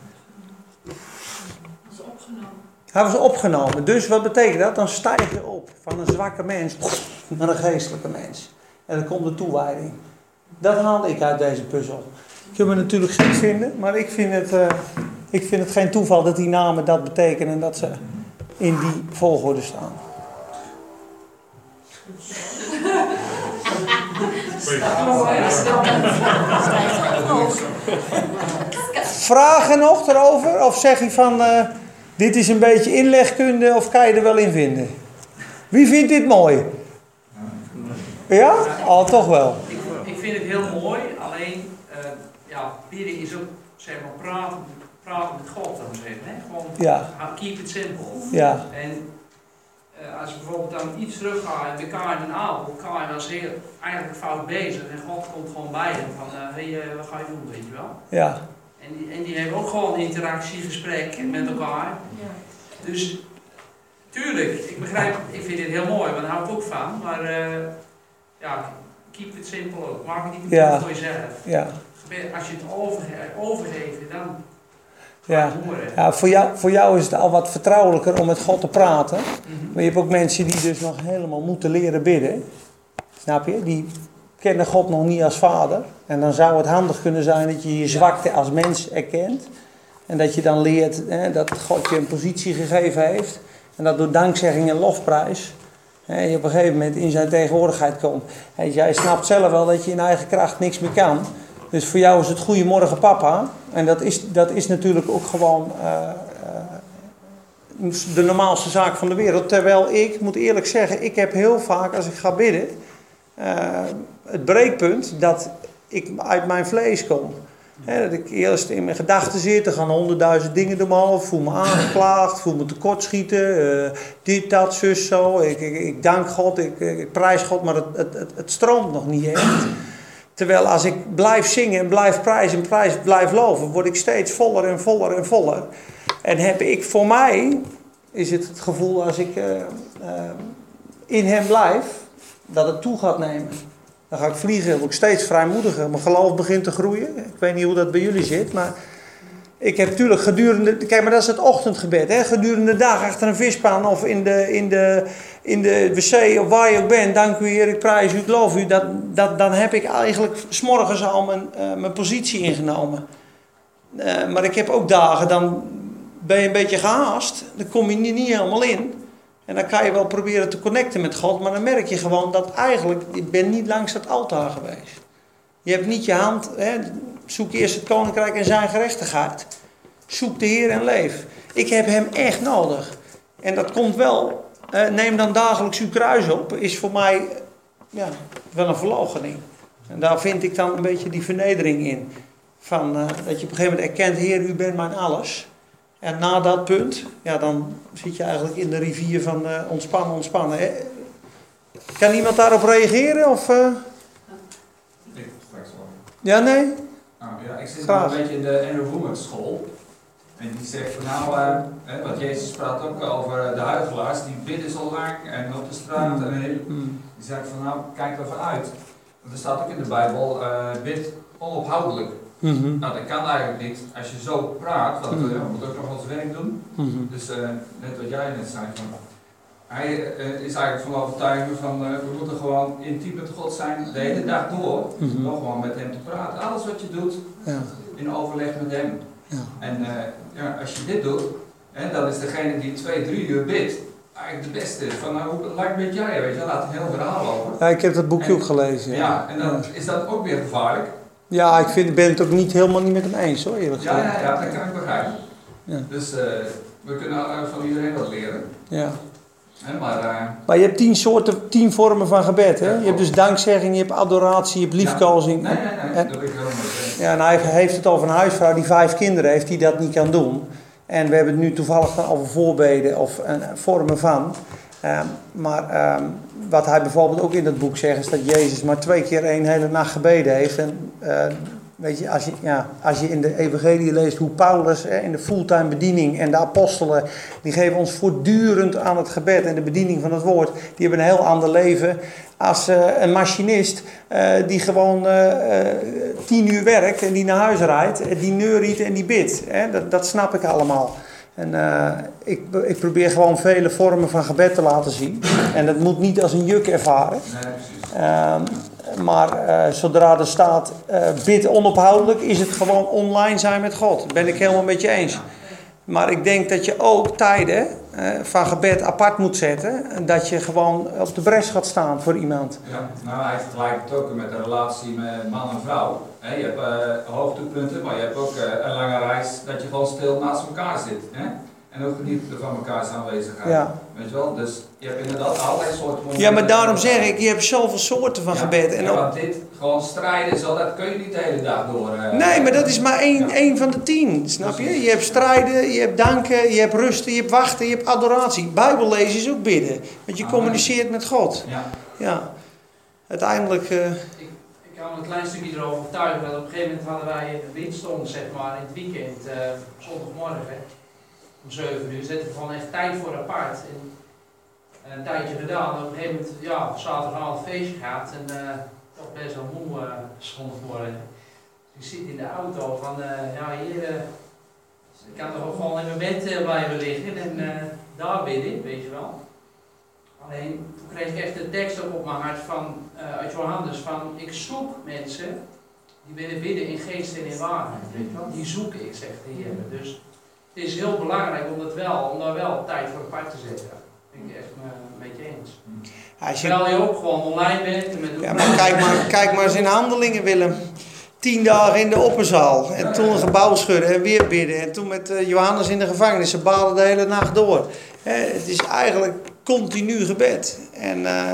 D: was opgenomen.
A: Hij was opgenomen. Dus wat betekent dat? Dan stijg je op van een zwakke mens naar een geestelijke mens. En dan komt de toewijding. Dat haal ik uit deze puzzel. Je kunt me natuurlijk gek vinden, maar ik vind het, uh, ik vind het geen toeval dat die namen dat betekenen en dat ze in die volgorde staan. Vragen nog erover? Of zeg je van, uh, dit is een beetje inlegkunde of kan je er wel in vinden? Wie vindt dit mooi? Ja? Oh, toch wel.
I: Ik, ik vind het heel mooi, alleen uh, ja, bidden is ook zeg maar praten, praten met God dan zeggen. Hè? Gewoon
A: Ja.
I: keep it simple.
A: Ja.
I: En uh, als je bijvoorbeeld dan iets teruggaat en de Kain en Abel, Kain was heel, eigenlijk fout bezig en God komt gewoon bij hem van hé, uh, hey, uh, wat ga je doen, weet je wel.
A: Ja.
I: En die, en die hebben ook gewoon interactie, gesprek met elkaar.
D: Ja.
I: Dus tuurlijk, ik begrijp, ik vind dit heel mooi, want daar hou ik ook van, maar uh, ja, keep it simple ook. Maak het niet te
A: Ja.
I: voor jezelf.
A: Ja.
I: Als je het overge overgeeft, dan
A: Ja. Ja, voor jou, voor jou is het al wat vertrouwelijker om met God te praten.
I: Mm-hmm.
A: Maar je hebt ook mensen die dus nog helemaal moeten leren bidden. Snap je? Die kennen God nog niet als vader. En dan zou het handig kunnen zijn dat je je zwakte als mens erkent. En dat je dan leert hè, dat God je een positie gegeven heeft. En dat door dankzegging en lofprijs hè, je op een gegeven moment in zijn tegenwoordigheid komt. Hè, jij snapt zelf wel dat je in eigen kracht niks meer kan. Dus voor jou is het goedemorgen papa. En dat is, dat is natuurlijk ook gewoon uh, uh, de normaalste zaak van de wereld. Terwijl ik, moet eerlijk zeggen, ik heb heel vaak als ik ga bidden, uh, het breekpunt dat ik uit mijn vlees kom. He, dat ik eerst in mijn gedachten zit, er gaan honderdduizend dingen door me hoofd, voel me aangeklaagd, voel me tekortschieten, uh, dit, dat, zus, zo. Ik, ik, ik dank God, ik, ik prijs God, maar het, het, het, het stroomt nog niet echt. Terwijl als ik blijf zingen en blijf prijzen en prijs, blijf loven, word ik steeds voller en voller en voller. En heb ik voor mij, is het het gevoel als ik uh, uh, in hem blijf, dat het toe gaat nemen. Dan ga ik vliegen, word ik steeds vrijmoediger. Mijn geloof begint te groeien. Ik weet niet hoe dat bij jullie zit, maar ik heb natuurlijk gedurende... Kijk, maar dat is het ochtendgebed. Hè? Gedurende de dag achter een vispan of in de, in de, in de wc of waar je ook bent. Dank u Heer, ik prijs u, ik loof u. Dat, dat, dan heb ik eigenlijk 's morgens al mijn, uh, mijn positie ingenomen. Uh, maar ik heb ook dagen, dan ben je een beetje gehaast. Dan kom je niet, niet helemaal in. En dan kan je wel proberen te connecten met God. Maar dan merk je gewoon dat eigenlijk, je bent niet langs het altaar geweest. Je hebt niet je hand, hè, zoek eerst het koninkrijk en zijn gerechtigheid. Zoek de Heer en leef. Ik heb hem echt nodig. En dat komt wel, eh, neem dan dagelijks uw kruis op, is voor mij ja, wel een verloochening. En daar vind ik dan een beetje die vernedering in. Van, uh, dat je op een gegeven moment erkent, Heer, u bent mijn alles. En na dat punt, ja, dan zit je eigenlijk in de rivier van uh, ontspannen, ontspannen. Hè? Kan iemand daarop reageren? Of, uh...
G: Ik straks wel.
A: Ja, nee?
G: Nou, ja, ik zit
A: Graag.
G: nog een beetje in de Andrew Womack school. En die zegt van nou, uh, hè, want Jezus praat ook over de huigelaars, die bidden zo lang en op de straat.
A: Mm.
G: En heel,
A: Mm.
G: die zegt van nou, kijk ervan uit. Want er staat ook in de Bijbel, uh, bid onophoudelijk.
A: Mm-hmm.
G: Nou, dat kan eigenlijk niet als je zo praat, want uh,
A: Mm.
G: we moeten ook nog ons werk doen.
A: Mm-hmm.
G: Dus uh, net wat jij net zei, van, hij uh, is eigenlijk van overtuiging van uh, we moeten gewoon intiem met God zijn de hele dag door.
A: Mm-hmm.
G: Nog gewoon met hem te praten. Alles wat je doet,
A: Ja.
G: in overleg met hem.
A: Ja.
G: En uh, ja, als je dit doet, hè, dan is degene die twee, drie uur bidt, eigenlijk de beste. Van nou, hoe lang bid jij? Weet je, laat een heel verhaal over.
A: Ja, ik heb dat boekje
G: En-
A: ook gelezen.
G: Ja,
A: Ja,
G: en dan is dat ook weer gevaarlijk.
A: ja ik vind, ben het ook niet helemaal niet met hem eens hoor, eerlijk
G: Ja,
A: gezegd.
G: ja, ja, dat kan ik begrijpen.
A: Ja.
G: Dus uh, we kunnen uh, van iedereen wat leren.
A: Ja.
G: Hè, maar uh,
A: Maar je hebt tien soorten, tien vormen van gebed. Hè? Je hebt dus dankzegging, je hebt adoratie, je hebt liefkozing.
G: nee, nee, nee,
A: En-
G: dat ben ik helemaal mee eens.
A: Ja, nou, hij heeft het over een huisvrouw die vijf kinderen heeft die dat niet kan doen. En we hebben het nu toevallig dan over voorbeden of uh, vormen van. Um, maar um, wat hij bijvoorbeeld ook in dat boek zegt is dat Jezus maar twee keer één hele nacht gebeden heeft. En uh, weet je, als je, ja, als je in de evangelie leest hoe Paulus hè, in de fulltime bediening en de apostelen, die geven ons voortdurend aan het gebed en de bediening van het woord. Die hebben een heel ander leven als uh, een machinist uh, die gewoon uh, uh, tien uur werkt en die naar huis rijdt, die neuriet en die bidt. Hè? Dat, dat snap ik allemaal. En uh, ik, ik probeer gewoon vele vormen van gebed te laten zien. En dat moet niet als een juk ervaren.
G: Nee, precies.
A: Uh, maar uh, zodra er staat uh, bid onophoudelijk, is het gewoon online zijn met God. Dat ben ik helemaal met je eens. Maar ik denk dat je ook tijden uh, van gebed apart moet zetten. En dat je gewoon op de bres gaat staan voor iemand.
G: Ja, nou hij vergelijkt het ook met een relatie met man en vrouw. He, je hebt uh, hoogtepunten, maar je hebt ook uh, een lange reis dat je gewoon stil naast elkaar zit. Hè? En ook geniet van elkaars aanwezigheid.
A: Ja.
G: Weet je wel? Dus je hebt inderdaad allerlei soorten momenten.
A: Ja, maar daarom zeg ik, je hebt zoveel soorten van
G: ja,
A: gebed. En
G: ja,
A: ook...
G: want dit, gewoon strijden, zo, dat kun je niet de hele dag door. Uh,
A: Nee, maar dat is maar één,
G: ja.
A: één van de tien, snap je? Je hebt strijden, je hebt danken, je hebt rusten, je hebt wachten, je hebt adoratie. Bijbel lezen is ook bidden, want je
G: Amen.
A: communiceert met God.
G: Ja.
A: Ja, uiteindelijk... Uh...
I: Ik, ik kan een klein stukje erover vertuigen dat op een gegeven moment hadden wij de windstond, zeg maar, in het weekend, uh, zondagmorgen, om zeven uur, zetten we gewoon echt tijd voor apart. En, en een tijdje gedaan, en op een gegeven moment, ja, zaterdagavond een feestje gehad en uh, toch best wel moe uh, zondagmorgen. Dus ik zit in de auto van, uh, ja hier, uh, ik kan toch ook gewoon in mijn bed uh, blijven liggen en uh, daar bidden, weet je wel. Alleen, toen kreeg ik echt de tekst ook op mijn hart van, uh, uit Johannes van, ik zoek mensen die willen bidden in geest en in waarheid, weet je wel. Die zoek ik, zegt de Heer. Dus het is heel belangrijk om, dat wel, om daar wel tijd voor apart te zetten. Dat ben ik echt uh, met je eens.
A: Als je...
I: Terwijl je ook gewoon online bent. En met
A: Ja, maar kijk maar, kijk maar eens in Handelingen, Willem. Tien dagen in de opperzaal. En toen een gebouw schudden en weer bidden. En toen met uh, Johannes in de gevangenis. Ze baden de hele nacht door. Hè, het is eigenlijk continu gebed. En... Uh,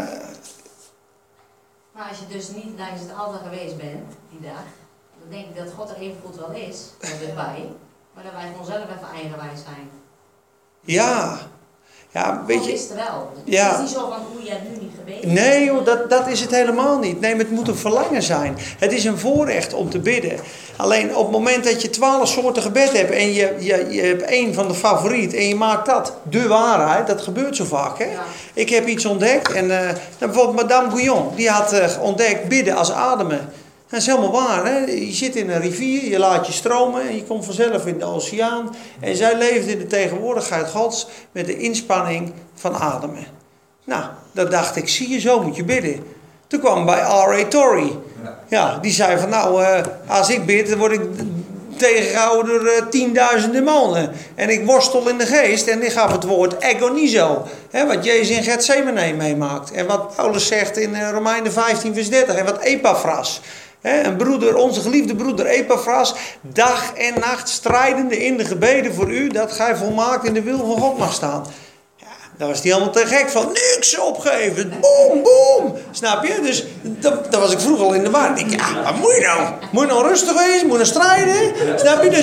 E: Maar als je dus niet langs het altaar geweest bent, die dag, dan denk ik dat God er even goed wel is, er weer bij, maar dat wij gewoon zelf even eigenwijs zijn.
A: ja. Ja, weet
E: God
A: je...
E: is er wel.
A: Ja.
E: Het is niet zo van, hoe je hebt nu niet gebeden.
A: Nee joh, dat, dat is het helemaal niet. Nee, het moet een verlangen zijn. Het is een voorrecht om te bidden. Alleen op het moment dat je twaalf soorten gebed hebt en je, je, je hebt één van de favoriet en je maakt dat de waarheid, dat gebeurt zo vaak. Hè?
E: Ja.
A: Ik heb iets ontdekt en uh, bijvoorbeeld Madame Guyon, die had uh, ontdekt bidden als ademen. Dat is helemaal waar. Hè? Je zit in een rivier, je laat je stromen en je komt vanzelf in de oceaan. En zij leefde in de tegenwoordigheid Gods met de inspanning van ademen. Nou, dat dacht ik, zie je, zo moet je bidden. Toen kwam bij R A Torrey.
G: Ja.
A: Ja, die zei van nou, uh, als ik bid, dan word ik tegengehouden door uh, tienduizenden demonen. En ik worstel in de geest en ik gaf het woord agonizo. Hè, wat Jezus in Gethsemane meemaakt. En wat Paulus zegt in uh, Romeinen vijftien vers dertig. En wat Epaphras. He, een broeder, onze geliefde broeder Epaphras, dag en nacht strijdende in de gebeden voor u, dat gij volmaakt in de wil van God mag staan. Ja, daar was hij helemaal te gek van, niks opgeven, boem, boem. Snap je? Dus dat, dat was ik vroeger al in de war. Ik denk, ja, wat moet je nou? Moet je nou rustig wezen? Moet je nou strijden? Snap je? Dus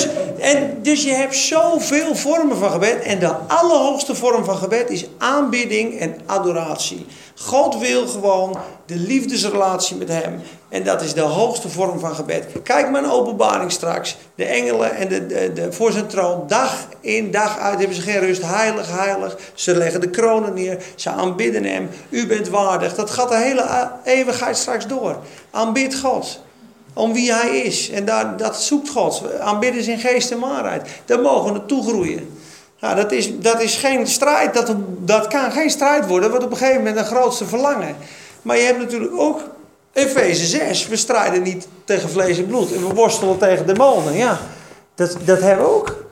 A: En dus je hebt zoveel vormen van gebed. En de allerhoogste vorm van gebed is aanbidding en adoratie. God wil gewoon de liefdesrelatie met hem. En dat is de hoogste vorm van gebed. Kijk maar naar Openbaring straks. De engelen en de, de, de, voor zijn troon. Dag in dag uit hebben ze geen rust. Heilig, heilig. Ze leggen de kronen neer. Ze aanbidden hem. U bent waardig. Dat gaat de hele eeuwigheid straks door. Aanbid God. Om wie hij is. En daar, dat zoekt God. Aanbidden zijn geest en waarheid. Daar mogen we naartoe groeien. Nou, dat, is, dat is geen strijd. Dat, dat kan geen strijd worden. Wat op een gegeven moment een grootste verlangen. Maar je hebt natuurlijk ook Efeze zes. We strijden niet tegen vlees en bloed. En we worstelen tegen demonen. Ja, dat, dat hebben we ook.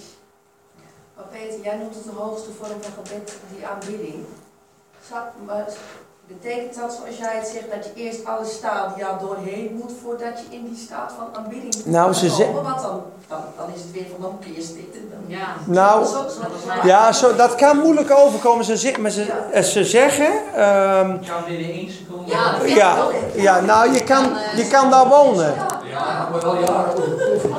H: Maar Peter, jij noemt het de hoogste vorm van gebed, die aanbidding. Maar betekent dat, zoals jij het zegt, dat je eerst alle stadia doorheen moet voordat je in die staat van aanbidding moet
A: nou, ze
H: komen? Want dan, dan, dan is het weer van, dan kun je zitten.
E: Ja.
A: Nou,
H: zo, zo, zo,
A: ja, zo, dat kan moeilijk overkomen. Ze, maar ze, ja. ze zeggen... Um,
I: Je kan binnen één seconde.
E: Ja, dat
A: ja, ja, nou, je kan, je kan daar wonen.
G: Ja, maar wel jaren over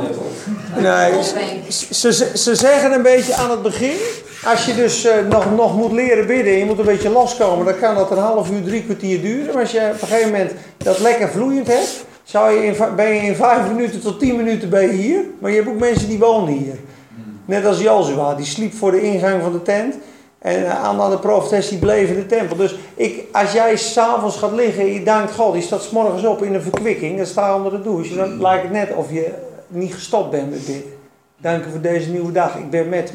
A: Nee, ze, ze, ze zeggen een beetje aan het begin, als je dus uh, nog, nog moet leren bidden, je moet een beetje loskomen, dan kan dat een half uur, drie kwartier duren. Maar als je op een gegeven moment dat lekker vloeiend hebt, zou je in, ben je in vijf minuten tot tien minuten ben je hier. Maar je hebt ook mensen die wonen hier. Net als Jozua, die sliep voor de ingang van de tent. En uh, Anna de profetes, die bleef in de tempel. Dus ik, als jij s'avonds gaat liggen en je dankt God, die staat 's morgens op in een verkwikking, dan sta je onder de douche. Dan lijkt het net of je niet gestopt bent met bidden. Dank u voor deze nieuwe dag, ik ben met u.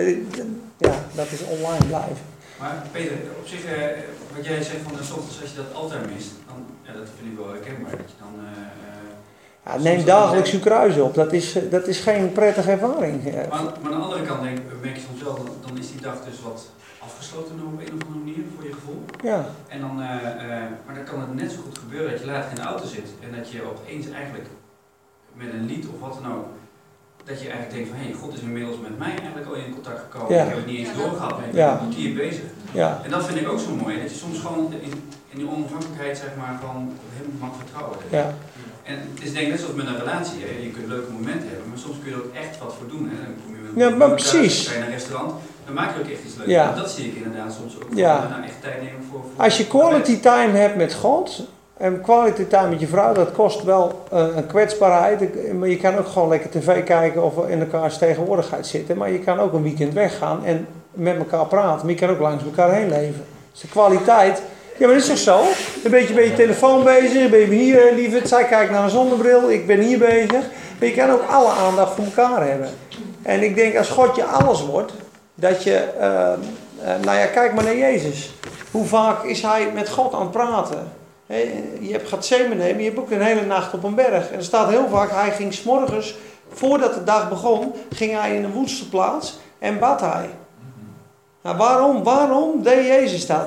A: Ja, dat is online blijven.
J: Maar Peter, op zich, eh, wat jij zegt van de soms als je dat altijd mist, dan, ja, dat vind ik wel herkenbaar. Dat je dan, uh,
A: ja, neem dagelijks uw kruis op, dat is, dat is geen prettige ervaring.
J: Maar, maar aan de andere kant denk, merk je soms wel, dan, dan is die dag dus wat afgesloten op een of andere manier voor je gevoel.
A: Ja.
J: En dan, uh, uh, maar dan kan het net zo goed gebeuren dat je later in de auto zit en dat je opeens eigenlijk met een lied of wat dan ook, dat je eigenlijk denkt van, hé, hey, God is inmiddels met mij eigenlijk al in contact gekomen. Ja. Ik heb het niet eens doorgehad, maar ik ben een kwartier bezig.
A: Ja.
J: En dat vind ik ook zo mooi, dat je soms gewoon in, in die onafhankelijkheid, zeg maar, gewoon op hem mag vertrouwen.
A: Ja.
J: En het is denk ik net zoals met een relatie, hè. Je kunt leuke momenten hebben, maar soms kun je er ook echt wat voor doen. Hè. Dan kom je met
A: ja, maar
J: thuis,
A: precies.
J: ga je naar een restaurant, dan maak je ook echt iets leuks.
A: Ja.
J: En dat zie ik inderdaad soms ook.
A: Ja.
J: Nou, echt tijd nemen voor, voor
A: Als je quality time hebt met God, en quality time met je vrouw, dat kost wel uh, een kwetsbaarheid. Maar je kan ook gewoon lekker tv kijken of in elkaars tegenwoordigheid zitten. Maar je kan ook een weekend weggaan en met elkaar praten. Maar je kan ook langs elkaar heen leven. Dus de kwaliteit. Ja, maar dat is toch zo? Dan ben je bij je telefoon bezig, ben je hier, lieverd. Zij kijkt naar een zonnebril, ik ben hier bezig. Maar je kan ook alle aandacht voor elkaar hebben. En ik denk als God je alles wordt, dat je, uh, uh, nou ja, kijk maar naar Jezus. Hoe vaak is hij met God aan het praten? He, je hebt Getsemane, maar je hebt ook een hele nacht op een berg. En er staat heel vaak, hij ging 's morgens, voordat de dag begon, ging hij in een woeste plaats en bad hij. Nou, waarom? Waarom deed Jezus dat?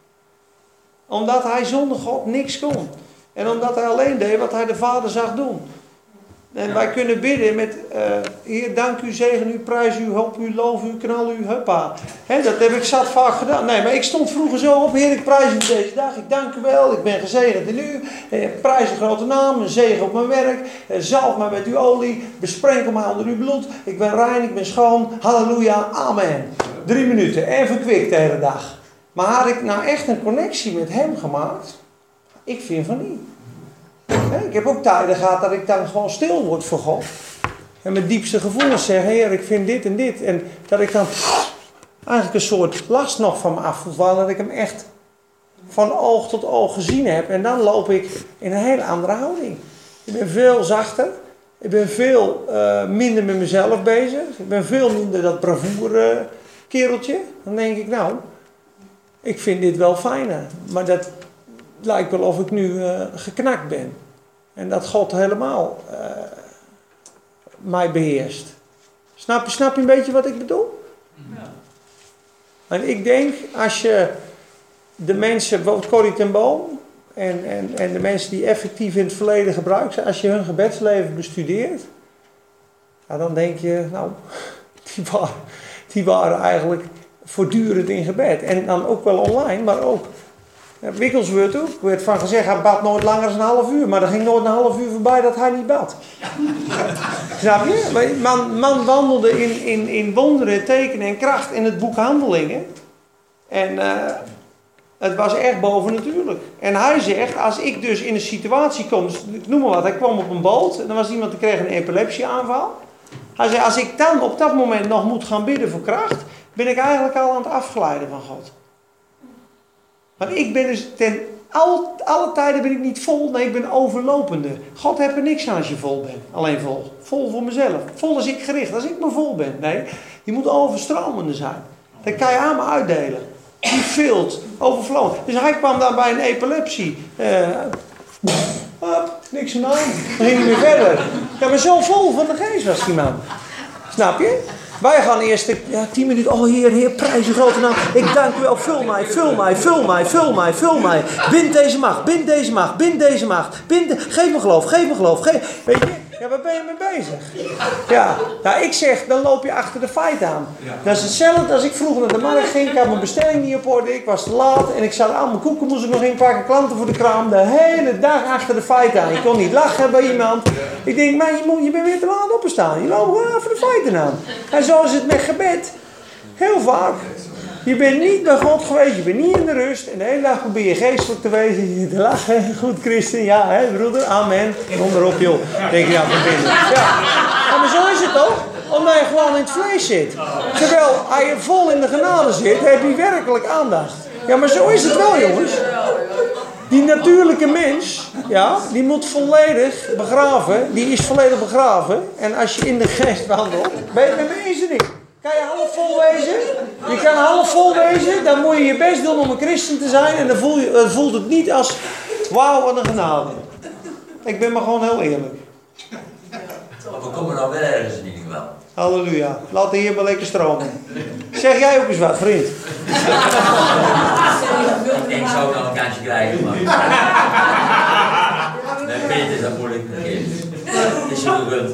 A: Omdat hij zonder God niks kon. En omdat hij alleen deed wat hij de Vader zag doen. En ja. Wij kunnen bidden met, uh, Heer, dank u, zegen u, prijs u, help u, loof u, knal u, huppa. He, dat heb ik zat vaak gedaan. Nee, maar ik stond vroeger zo op, Heer, ik prijs u deze dag, ik dank u wel, ik ben gezegend in u. Ik prijs uw grote naam, een zegen op mijn werk, zalf mij met uw olie, besprenkel mij onder uw bloed. Ik ben rein, ik ben schoon, halleluja, amen. Drie minuten en verkwikt de hele dag. Maar had ik nou echt een connectie met hem gemaakt? Ik vind van niet. Ik heb ook tijden gehad dat ik dan gewoon stil word voor God. En mijn diepste gevoelens zeg, Heer, ik vind dit en dit. En dat ik dan pff, eigenlijk een soort last nog van me af voel. Dat ik hem echt van oog tot oog gezien heb. En dan loop ik in een hele andere houding. Ik ben veel zachter. Ik ben veel uh, minder met mezelf bezig. Ik ben veel minder dat bravoure uh, kereltje. Dan denk ik, nou, ik vind dit wel fijner. Maar dat lijkt wel of ik nu uh, geknakt ben. En dat God helemaal uh, mij beheerst. Snap je, snap je een beetje wat ik bedoel? Ja. En ik denk, als je de mensen, bijvoorbeeld Corrie ten Boom, en, en, en de mensen die effectief in het verleden gebruikt zijn, als je hun gebedsleven bestudeert, ja, dan denk je, nou, die waren, die waren eigenlijk voortdurend in gebed. En dan ook wel online, maar ook Ja, Wigglesworth ook. Er werd van gezegd, hij bad nooit langer dan een half uur. Maar er ging nooit een half uur voorbij dat hij niet bad. Snap je? Man, man wandelde in, in, in wonderen, tekenen en kracht in het boek Handelingen. En uh, het was echt bovennatuurlijk. En hij zegt, als ik dus in een situatie kom, dus ik noem maar wat, hij kwam op een boot en er was iemand die kreeg een epilepsieaanval. Hij zei, als ik dan op dat moment nog moet gaan bidden voor kracht, ben ik eigenlijk al aan het afglijden van God. Maar ik ben dus ten al, alle tijden ben ik niet vol, nee, ik ben overlopende. God heeft er niks aan als je vol bent, alleen vol. Vol voor mezelf. Vol als ik gericht, als ik maar vol ben. Nee, je moet overstromende zijn. Dat kan je aan me uitdelen. Die vult, overvlogen. Dus hij kwam daar bij een epilepsie. Uh, hop, niks aan de hand. Dan ging hij weer verder. Ja, maar zo vol van de geest was die man. Snap je? Wij gaan eerst ja, tien minuten. Oh Heer, Heer, prijs uw grote naam. Ik dank u wel. Vul mij, vul mij, vul mij, vul mij, vul mij. Bind deze macht, bind deze macht, bind deze macht. Bind de, geef me geloof, geef me geloof. Geef, weet je? Ja, waar ben je mee bezig? Ja, nou ik zeg, dan loop je achter de feiten aan. Dat is hetzelfde als ik vroeger naar de markt ging. Ik had mijn bestelling niet op orde. Ik was te laat. En ik zat al mijn koeken moest ik nog inpakken. Klanten voor de kraam. De hele dag achter de feiten aan. Je kon niet lachen bij iemand. Ik denk, man, je, moet, je bent weer te laat opgestaan. Je loopt gewoon achter de feiten aan. En zo is het met gebed. Heel vaak. Je bent niet bij God geweest, je bent niet in de rust. En de hele dag probeer je geestelijk te wezen. Je te lachen. Goed, Christen. Ja, hè, broeder. Amen. Onderop, joh. Denk je, ja, van binnen. Ja. Ja, maar zo is het toch? Omdat je gewoon in het vlees zit. Terwijl, als je vol in de genade zit, heb je werkelijk aandacht. Ja, maar zo is het wel, jongens. Die natuurlijke mens, ja, die moet volledig begraven. Die is volledig begraven. En als je in de geest wandelt, ben je het met me eens of niet? Kan je half vol wezen? Je kan half vol wezen, dan moet je je best doen om een christen te zijn. En dan voel je, dan voelt het niet als, wauw, wat een genade. Ik ben maar gewoon heel eerlijk.
K: Maar we komen nou wel ergens in ieder geval.
A: Halleluja. Laat de Heer maar lekker stromen. Zeg jij ook eens wat, vriend?
K: Ik zou nog een kansje krijgen, maar... Met Peter is dat moeilijk. Het is je gegund.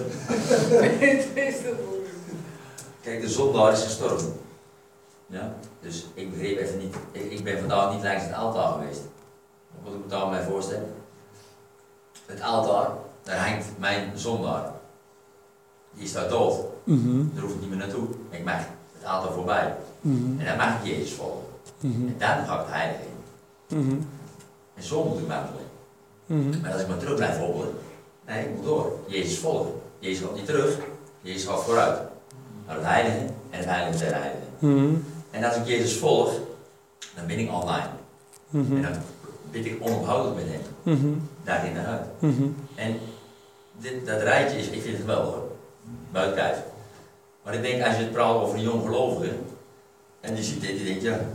K: Kijk, de zondaar is gestorven. Ja? Dus ik begreep even niet, ik, ik ben vandaag niet langs het altaar geweest. Wat ik me daar mij voorstellen. Het altaar, daar hangt mijn zondaar. Die staat dood. Mm-hmm. Daar hoef ik niet meer naartoe. Ik mag het altaar voorbij. Mm-hmm. En dan mag ik Jezus volgen. Mm-hmm. En dan ga ik het heilige in. Mm-hmm. En zo moet ik wandelen. Mm-hmm. Maar als ik maar terug blijf volgen, nee, ik moet door. Jezus volgen. Jezus gaat niet terug. Jezus gaat vooruit. Naar het heilige en het heilige der heiligen. Mm-hmm. En als ik Jezus volg, dan ben ik online. Mm-hmm. En dan bid ik onophoudelijk met hem. Mm-hmm. Dag in de uit. Mm-hmm. En dit, dat rijtje is, ik vind het geweldig hoor. Buiten kijf. Maar ik denk, als je het praat over een jong gelovige, en die ziet dit, die denkt, ja,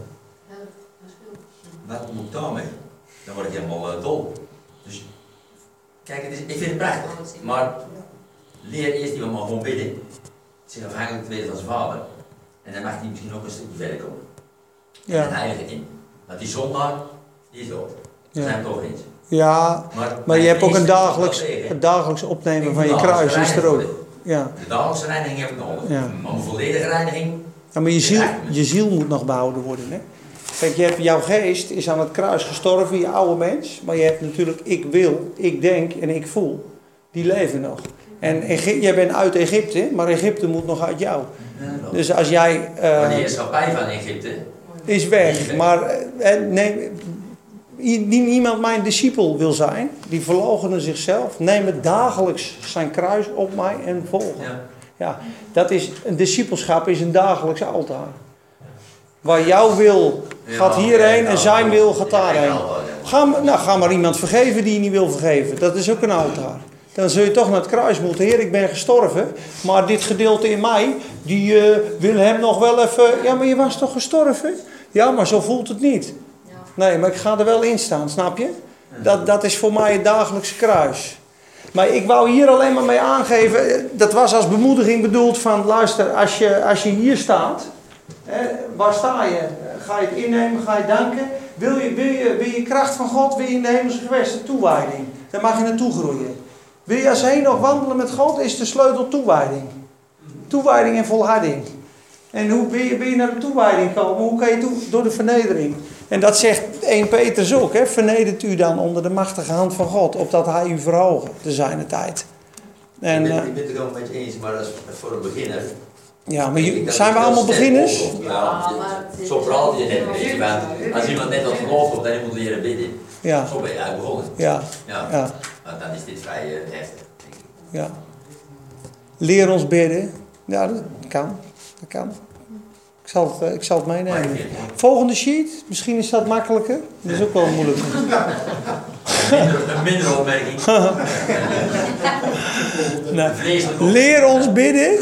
K: wat moet ik daarmee? Dan word ik helemaal uh, dol. Dus, kijk, het is, ik vind het prachtig. Maar leer eerst die maar gewoon bidden. Zich afhankelijk te weten van zijn vader. En dan mag hij misschien ook een stukje verder komen. En ja. Het heilige in. Want die zondaar, die is dood. Daar zijn we het over eens.
A: Ja, maar, maar je hebt ook een dagelijks, het dagelijks opnemen ik van je kruis. Is er ook. Ja.
K: De dagelijkse reiniging heb ik nodig. Ja. Maar een volledige reiniging...
A: Ja, maar je ziel, je ziel moet nog behouden worden. Hè? Kijk, je hebt, jouw geest is aan het kruis gestorven, je oude mens. Maar je hebt natuurlijk ik wil, ik denk en ik voel. Die leven nog. En Egypte, jij bent uit Egypte, maar Egypte moet nog uit jou. Dus als jij... Uh,
K: maar de heerschappij van Egypte...
A: is weg. Maar uh, nee, niemand mijn discipel wil zijn. Die verloochenen zichzelf. Nemen dagelijks zijn kruis op mij en volgen. Ja. Ja, dat is, een discipelschap is een dagelijks altaar. Waar jouw wil gaat hierheen en zijn wil gaat daarheen. Ga, nou, ga maar iemand vergeven die je niet wil vergeven. Dat is ook een altaar. Dan zul je toch naar het kruis moeten. Heer, ik ben gestorven. Maar dit gedeelte in mij, die uh, wil hem nog wel even... Ja, maar je was toch gestorven? Ja, maar zo voelt het niet. Nee, maar ik ga er wel in staan, snap je? Dat, dat is voor mij het dagelijkse kruis. Maar ik wou hier alleen maar mee aangeven. Dat was als bemoediging bedoeld van... Luister, als je, als je hier staat... Hè, waar sta je? Ga je het innemen? Ga je danken? Wil je, wil je, wil je kracht van God? Wil je in de hemelse gewesten? Toewijding. Daar mag je naartoe groeien. Wil je als heen nog wandelen met God? Is de sleutel toewijding. Toewijding en volharding. En hoe wil je, wil je naar de toewijding komen? Hoe kan je toe? Door de vernedering. En dat zegt Eerste Petrus ook, hè? Vernedert u dan onder de machtige hand van God, opdat hij u verhogen te zijner tijd. En,
K: ik, ben,
A: uh,
K: ik ben het er wel met je eens, maar dat is voor een beginner.
A: Ja, maar je, zijn we allemaal beginners?
K: Ja, zo praat je net een beetje. Want als iemand net wat gelooft of dat hij moet leren bidden,
A: ja.
K: Zo ben je uit begonnen.
A: Ja.
K: Ja.
A: Ja.
K: Maar dan is dit vrij uh, heftig, denk ik.
A: Ja. Leer ons bidden. Ja, dat kan. Dat kan. Ik zal het, ik zal het meenemen. Volgende sheet. Misschien is dat makkelijker. Dat is ook wel moeilijk.
K: Een minder opmerking.
A: Nou, leer ons bidden.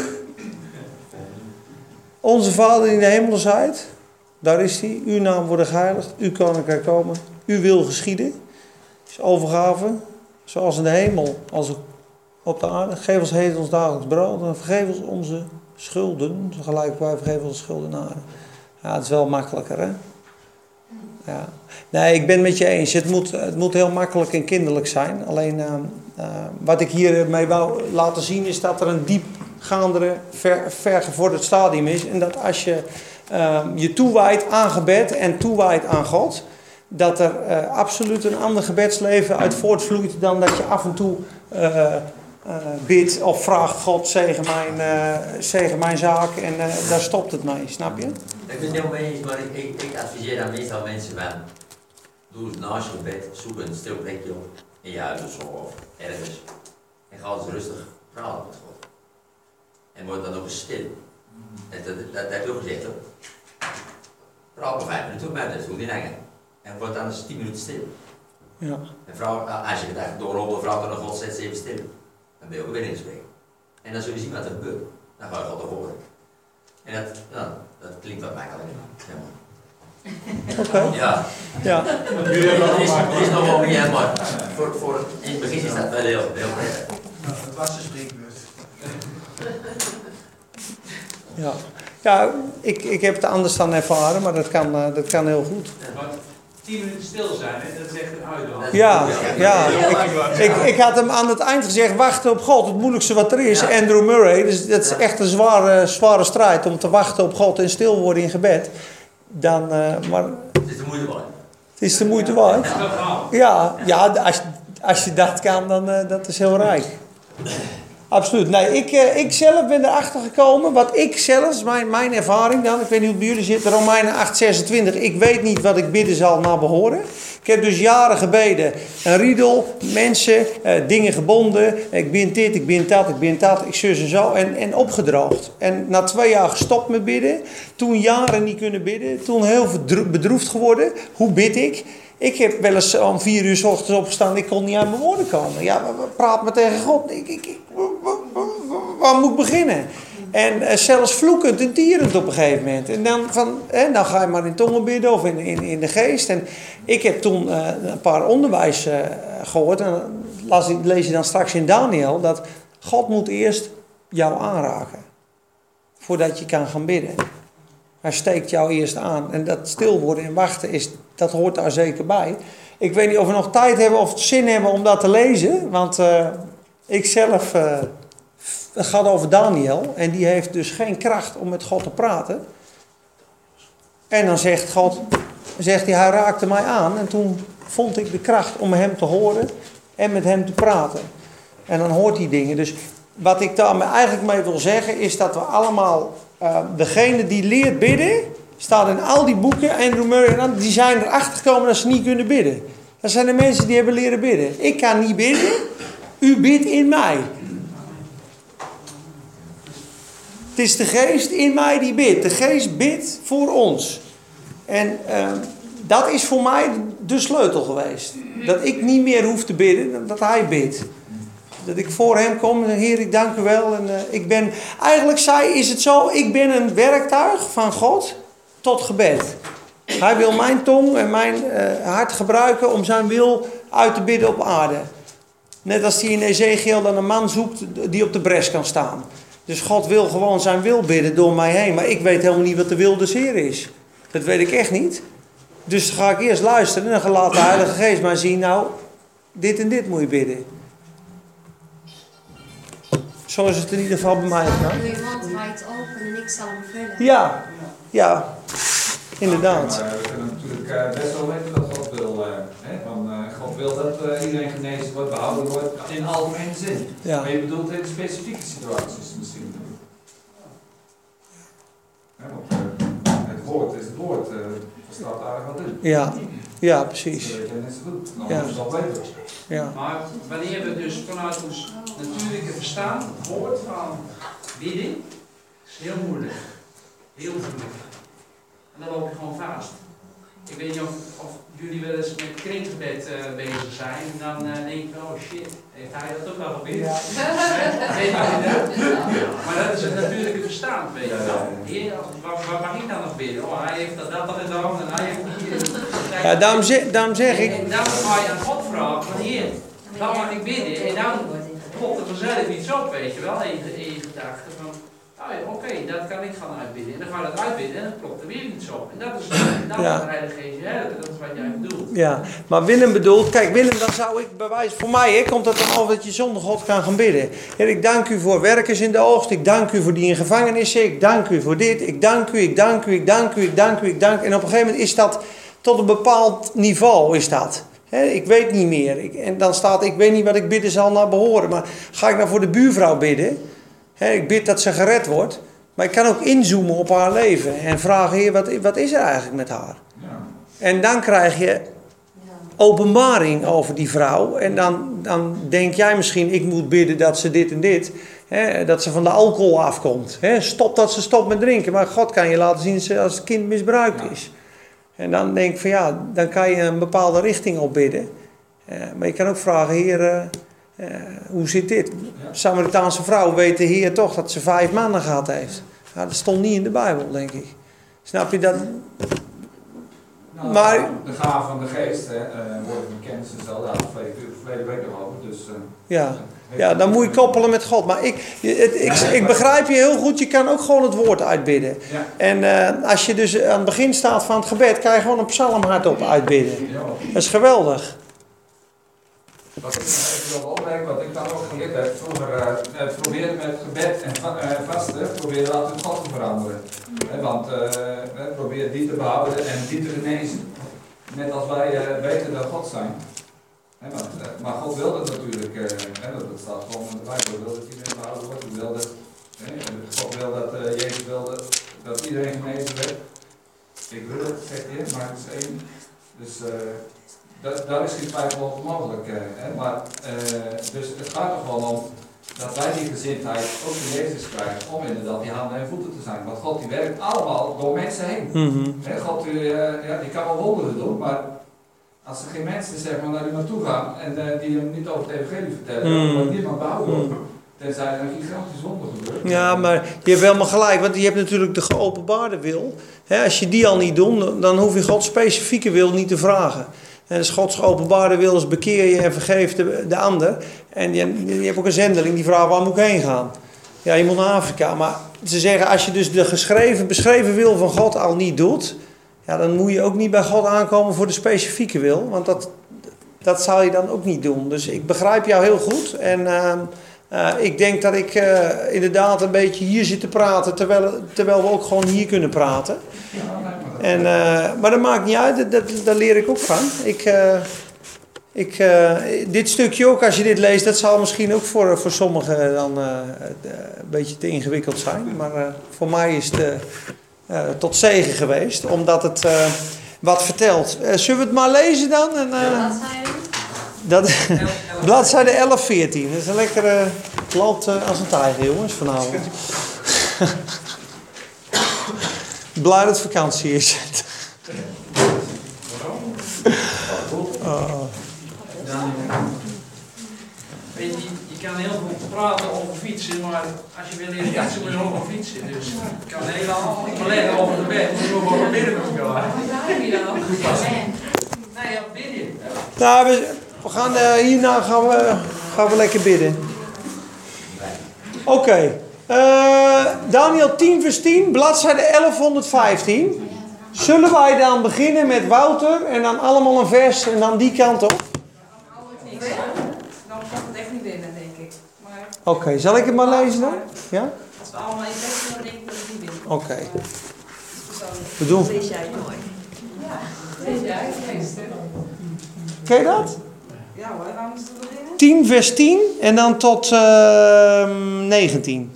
A: Onze Vader die in de hemel zijt. Daar is hij. Uw naam wordt geheiligd. Uw koninkrijk komen. Uw wil geschieden. Is overgave. Zoals in de hemel als op de aarde. Geef ons heden ons dagelijks brood. En vergeef ons onze schulden. Gelijk wij vergeven onze schuldenaren. Ja, het is wel makkelijker, hè? Ja. Nee, ik ben het met je eens. Het moet, het moet heel makkelijk en kinderlijk zijn. Alleen uh, uh, wat ik hiermee wou laten zien is dat er een diepgaandere, ver, vergevorderd stadium is. En dat als je uh, je toewijdt aan gebed en toewijdt aan God, dat er uh, absoluut een ander gebedsleven uit voortvloeit dan dat je af en toe uh, uh, bidt of vraagt God zegen mijn, uh, zegen mijn zaak en uh, daar stopt het mee, snap je?
K: Ik ben het helemaal mee eens, maar ik, ik, ik adviseer dan meestal mensen van, doe het naast je bed, zoek een stil plekje op, in je huis of zo, of ergens. En ga eens rustig praten met God. En word dan ook eens stil. Dat, dat, dat, dat heb je ook gezegd hoor. Praat maar vijf minuten met mij, dat is goed in hangen. En word dan eens tien minuten stil.
A: Ja.
K: En vrouw, als je gedacht doorrolt, vrouw dan God zet ze even stil. Dan ben je ook weer in gesprek. En dan zul je zien wat er gebeurt. Dan ga je God toch horen. En dat, nou, dat klinkt wat makkelijker.
A: Oké. Okay.
K: Ja.
A: Ja.
K: Er is, er is nog wel meer, maar voor, voor, in het begin is dat wel heel, heel prettig.
L: Nou, het was een spreekbeurt.
A: Ja, ja ik, ik heb het anders dan ervaren, maar dat kan, uh, dat kan heel goed.
I: Maar tien minuten stil zijn, hè? Dat is echt een uitdaging.
A: Ja, ja. Ik, ik, ik had hem aan het eind gezegd, wachten op God, het moeilijkste wat er is. Andrew Murray, dus dat is echt een zware, zware strijd om te wachten op God en stil worden in gebed. Dan, uh, maar...
K: Het is de moeite waard.
A: Het is de moeite waard. Ja, ja als, als je dat kan, dan uh, dat is heel rijk. Absoluut. Nee, ik, uh, ik zelf ben erachter gekomen, wat ik zelfs, mijn, mijn ervaring dan, ik weet niet hoe het bij jullie zit, Romeinen acht zesentwintig, ik weet niet wat ik bidden zal naar behoren. Ik heb dus jaren gebeden, een riedel, mensen, uh, dingen gebonden, ik ben dit, ik ben dat, ik ben dat, ik zus en zo, en, en opgedroogd. En na twee jaar gestopt met bidden, toen jaren niet kunnen bidden, toen heel bedroefd geworden. Hoe bid ik? Ik heb wel eens om vier uur 's ochtends opgestaan, ik kon niet aan mijn woorden komen. Ja, praat maar tegen God. Ik, ik, ik, waar moet ik beginnen? En uh, zelfs vloekend en tierend op een gegeven moment. En dan, van, hè, dan ga je maar in tongen bidden of in, in, in de geest. En ik heb toen uh, een paar onderwijs uh, gehoord. En las, lees je dan straks in Daniel dat God moet eerst jou aanraken. Voordat je kan gaan bidden. Hij steekt jou eerst aan. En dat stil worden en wachten, is, dat hoort daar zeker bij. Ik weet niet of we nog tijd hebben of zin hebben om dat te lezen. Want uh, ik zelf... Uh, het gaat over Daniel. En die heeft dus geen kracht om met God te praten. En dan zegt God... Zegt hij, hij raakte mij aan. En toen vond ik de kracht om hem te horen. En met hem te praten. En dan hoort hij dingen. Dus wat ik daar eigenlijk mee wil zeggen... Is dat we allemaal... Uh, degene die leert bidden, staat in al die boeken, Andrew Murray, die zijn erachter gekomen dat ze niet kunnen bidden. Dat zijn de mensen die hebben leren bidden. Ik kan niet bidden, u bidt in mij. Het is de geest in mij die bidt. De geest bidt voor ons. En uh, dat is voor mij de sleutel geweest. Dat ik niet meer hoef te bidden, dat hij bidt. Dat ik voor hem kom en Heer, ik dank u wel. En, uh, ik ben, eigenlijk zei, is het zo, ik ben een werktuig van God tot gebed. Hij wil mijn tong en mijn uh, hart gebruiken om zijn wil uit te bidden op aarde. Net als hij in Ezekiel dan een man zoekt die op de bres kan staan. Dus God wil gewoon zijn wil bidden door mij heen. Maar ik weet helemaal niet wat de wil des Heer is. Dat weet ik echt niet. Dus dan ga ik eerst luisteren en dan laat de Heilige Geest mij zien, nou, dit en dit moet je bidden. Zo is het in ieder geval bij mij gedaan.
B: Uw mond waait open en ik zal hem vullen.
A: Ja, ja, inderdaad.
G: Maar we kunnen natuurlijk uh, best wel weten dat God wil. Uh, hè? Want uh, God wil dat uh, iedereen genezen wordt, behouden wordt in algemene zin.
A: Ja.
G: Maar je bedoelt in specifieke situaties misschien. Ja, want uh, het woord is het woord. Uh, er staat aardig wat in.
A: Ja, ja precies.
G: Dat weet je net zo goed. Dan
A: Ja.
G: moeten ze dat weten.
A: Ja.
I: Maar wanneer we dus vanuit ons natuurlijke verstaan woord van bidding, is heel moeilijk. Heel moeilijk. En dan loop je gewoon vast. Ik weet niet of, of jullie wel eens met kringgebed uh, bezig zijn. En dan uh, denk je, oh shit, heeft hij dat ook al geprobeerd? Ja. Weet je dat? Maar dat is het natuurlijke verstaan, weet je wel. Heer, waar, waar mag ik dan nog bidden? Oh, hij heeft dat, dat al in de hand en hij heeft dat hier.
A: Ja, daarom, zeg, daarom zeg ik.
I: En dan ga je aan God vragen, van Heer, dan mag ik bidden. En dan klopt er vanzelf iets op, weet je wel, in je, in je gedachten. Van, oh ja, oké, okay, dat kan ik gaan uitbidden. En dan ga je dat uitbidden en dan klopt er weer iets op. En dat is dat
A: Ja.
I: is de Heilige Geest je helpen, dat is wat jij bedoelt.
A: Ja, maar Willem bedoelt, kijk Willem, dan zou ik bewijzen, voor mij hè, komt het dan over dat je zonder God kan gaan bidden. Heer, ik dank u voor werkers in de oogst, ik dank u voor die in gevangenissen, ik dank u voor dit, ik dank u, ik dank u, ik dank u, ik dank u, ik dank u. En op een gegeven moment is dat tot een bepaald niveau, is dat. He, ik weet niet meer. Ik, en dan staat, ik weet niet wat ik bidden zal naar behoren. Maar ga ik nou voor de buurvrouw bidden? He, ik bid dat ze gered wordt. Maar ik kan ook inzoomen op haar leven. En vragen, Heer, wat, wat is er eigenlijk met haar?
G: Ja.
A: En dan krijg je openbaring over die vrouw. En dan, dan denk jij misschien, ik moet bidden dat ze dit en dit. He, dat ze van de alcohol afkomt. He, stop dat ze stopt met drinken. Maar God kan je laten zien dat ze als het kind misbruikt is. En dan denk ik van ja, dan kan je een bepaalde richting op bidden. Uh, maar je kan ook vragen, Heer, uh, uh, hoe zit dit? De Samaritaanse vrouw weet de Heer toch dat ze vijf maanden gehad heeft. Ja, dat stond niet in de Bijbel, denk ik. Snap je dat?
G: Nou,
A: maar,
G: de gaven van de geest, hè, uh, worden bekend, ze zal daar verleden week nog over. Dus, uh,
A: ja. Ja, dan moet je koppelen met God. Maar ik, het, ik, ik begrijp je heel goed, je kan ook gewoon het woord uitbidden.
G: Ja.
A: En uh, als je dus aan het begin staat van het gebed, kan je gewoon een psalm hardop uitbidden.
G: Ja.
A: Dat is geweldig.
G: Wat ik even wil opmerken, wat ik dan ook geleerd heb, vroeger uh, probeerde met gebed en va uh, vasten, probeerde altijd God te veranderen. He, want uh, probeer die te behouden en die te genezen. Net als wij uh, weten dat God zijn. He, maar, uh, maar God wil dat natuurlijk, uh, he, dat, dat staat gewoon in de Bijbel, wil dat iedereen behouden wordt. Hij wil dat, he, God wil dat, uh, Jezus wil dat, dat iedereen genezen werd. Ik wil het, zegt hij, maar het is één. Dus uh, dat, daar is geen twijfel over mogelijk. Uh, hè, maar, uh, dus het gaat er gewoon om dat wij die gezindheid ook in Jezus krijgen om inderdaad die handen en voeten te zijn. Want God die werkt allemaal door mensen heen.
A: Mm-hmm.
G: He, God uh, ja, die kan wel wonderen doen, maar als er geen mensen zeg maar, naar u naartoe gaan en uh, die hem niet over het evangelie vertellen,
A: Mm.
G: dan wordt niemand behouden.
A: Mm.
G: Tenzij er een gigantisch wonder gebeurt.
A: Ja, maar je hebt helemaal gelijk, want je hebt natuurlijk de geopenbaarde wil. He, als je die al niet doet, dan hoef je Gods specifieke wil niet te vragen. En dus Gods geopenbaarde wil is bekeer je en vergeef de, de ander. En je, je hebt ook een zendeling die vraagt, waar moet ik heen gaan? Ja, je moet naar Afrika. Maar ze zeggen, als je dus de geschreven, beschreven wil van God al niet doet, ja, dan moet je ook niet bij God aankomen voor de specifieke wil. Want dat, dat zal je dan ook niet doen. Dus ik begrijp jou heel goed. En uh, uh, ik denk dat ik uh, inderdaad een beetje hier zit te praten, terwijl, terwijl we ook gewoon hier kunnen praten. En, uh, maar dat maakt niet uit, dat, dat, daar leer ik ook van. Ik, uh, ik, uh, dit stukje ook, als je dit leest, dat zal misschien ook voor, voor sommigen dan uh, een beetje te ingewikkeld zijn. Maar uh, voor mij is het uh, uh, tot zegen geweest, omdat het uh, wat vertelt. Uh, zullen we het maar lezen dan? En, uh, dat, bladzijde elf veertien. Dat is een lekkere land uh, als een tijger, jongens, vanavond. Blij dat het vakantie is.
I: Oh. Weet je, je kan heel goed praten over fietsen, maar als je wil leren fietsen moet je ook over fietsen. Dus ik kan heel lang verleggen over de bed, moet je gewoon bidden met elkaar. Waar heb je dan? Nee, ja, bidden.
A: Nou, we, we gaan uh, hierna gaan we, gaan we lekker bidden. Oké. Okay. Uh, Daniel tien vers tien, bladzijde elfhonderdvijftien. Zullen wij dan beginnen met Wouter en dan allemaal een vers en dan die kant op?
B: Dan gaat het echt niet binnen, denk ik.
A: Oké, okay, zal ik het maar lezen dan? Ja?
B: Als we allemaal in bed doen, dan denk ik dat het niet binnen.
A: Oké. Okay. We doen.
B: Lees jij mooi. Ja.
L: beetje uitgeweest, hè?
A: Ken je dat?
L: Ja hoor, waar moesten we beginnen?
A: tien vers tien en dan tot uh, negentien.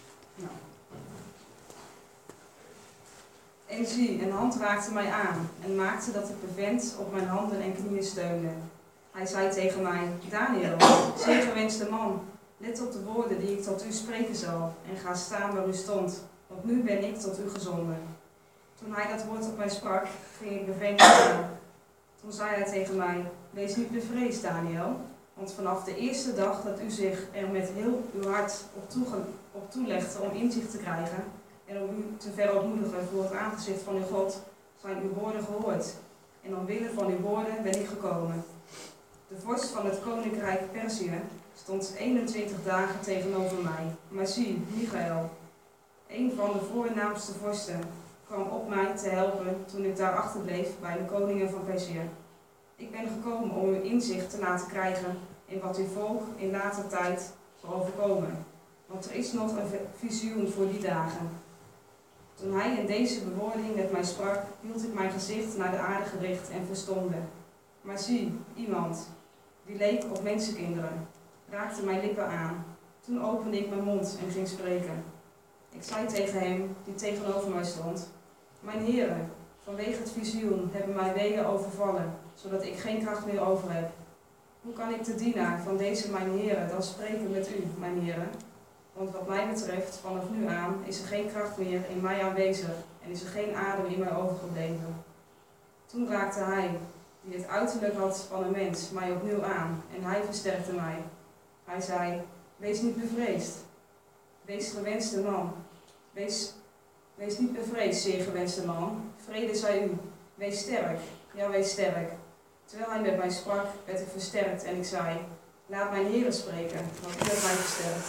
L: En zie, een hand raakte mij aan en maakte dat ik bevend op mijn handen en knieën steunde. Hij zei tegen mij, Daniel, zeer gewenste man, let op de woorden die ik tot u spreken zal en ga staan waar u stond, want nu ben ik tot u gezonden. Toen hij dat woord op mij sprak, ging ik bevend staan. Toen zei hij tegen mij, wees niet bevreesd, Daniel, want vanaf de eerste dag dat u zich er met heel uw hart op, toege, op toelegde om inzicht te krijgen en om u te verootmoedigen voor het aangezicht van uw God, zijn uw woorden gehoord. En omwille van uw woorden ben ik gekomen. De vorst van het koninkrijk Perzië stond eenentwintig dagen tegenover mij. Maar zie, Michael, een van de voornaamste vorsten, kwam op mij te helpen toen ik daar achterbleef bij de koningen van Perzië. Ik ben gekomen om uw inzicht te laten krijgen in wat uw volk in later tijd zal overkomen. Want er is nog een visioen voor die dagen. Toen hij in deze bewoording met mij sprak, hield ik mijn gezicht naar de aarde gericht en verstomde. Maar zie, iemand, die leek op mensenkinderen, raakte mijn lippen aan. Toen opende ik mijn mond en ging spreken. Ik zei tegen hem, die tegenover mij stond, mijn heren, vanwege het visioen hebben mij weeën overvallen, zodat ik geen kracht meer over heb. Hoe kan ik de dienaar van deze mijn heren dan spreken met u, mijn heren? Want wat mij betreft, vanaf nu aan, is er geen kracht meer in mij aanwezig en is er geen adem in mij overgebleven. Toen raakte hij, die het uiterlijk had van een mens, mij opnieuw aan en hij versterkte mij. Hij zei, wees niet bevreesd, wees gewenste man, wees, wees niet bevreesd, zeer gewenste man, vrede zij u, wees sterk, ja wees sterk. Terwijl hij met mij sprak, werd ik versterkt en ik zei, laat mijn heren spreken, want u hebt mij versterkt.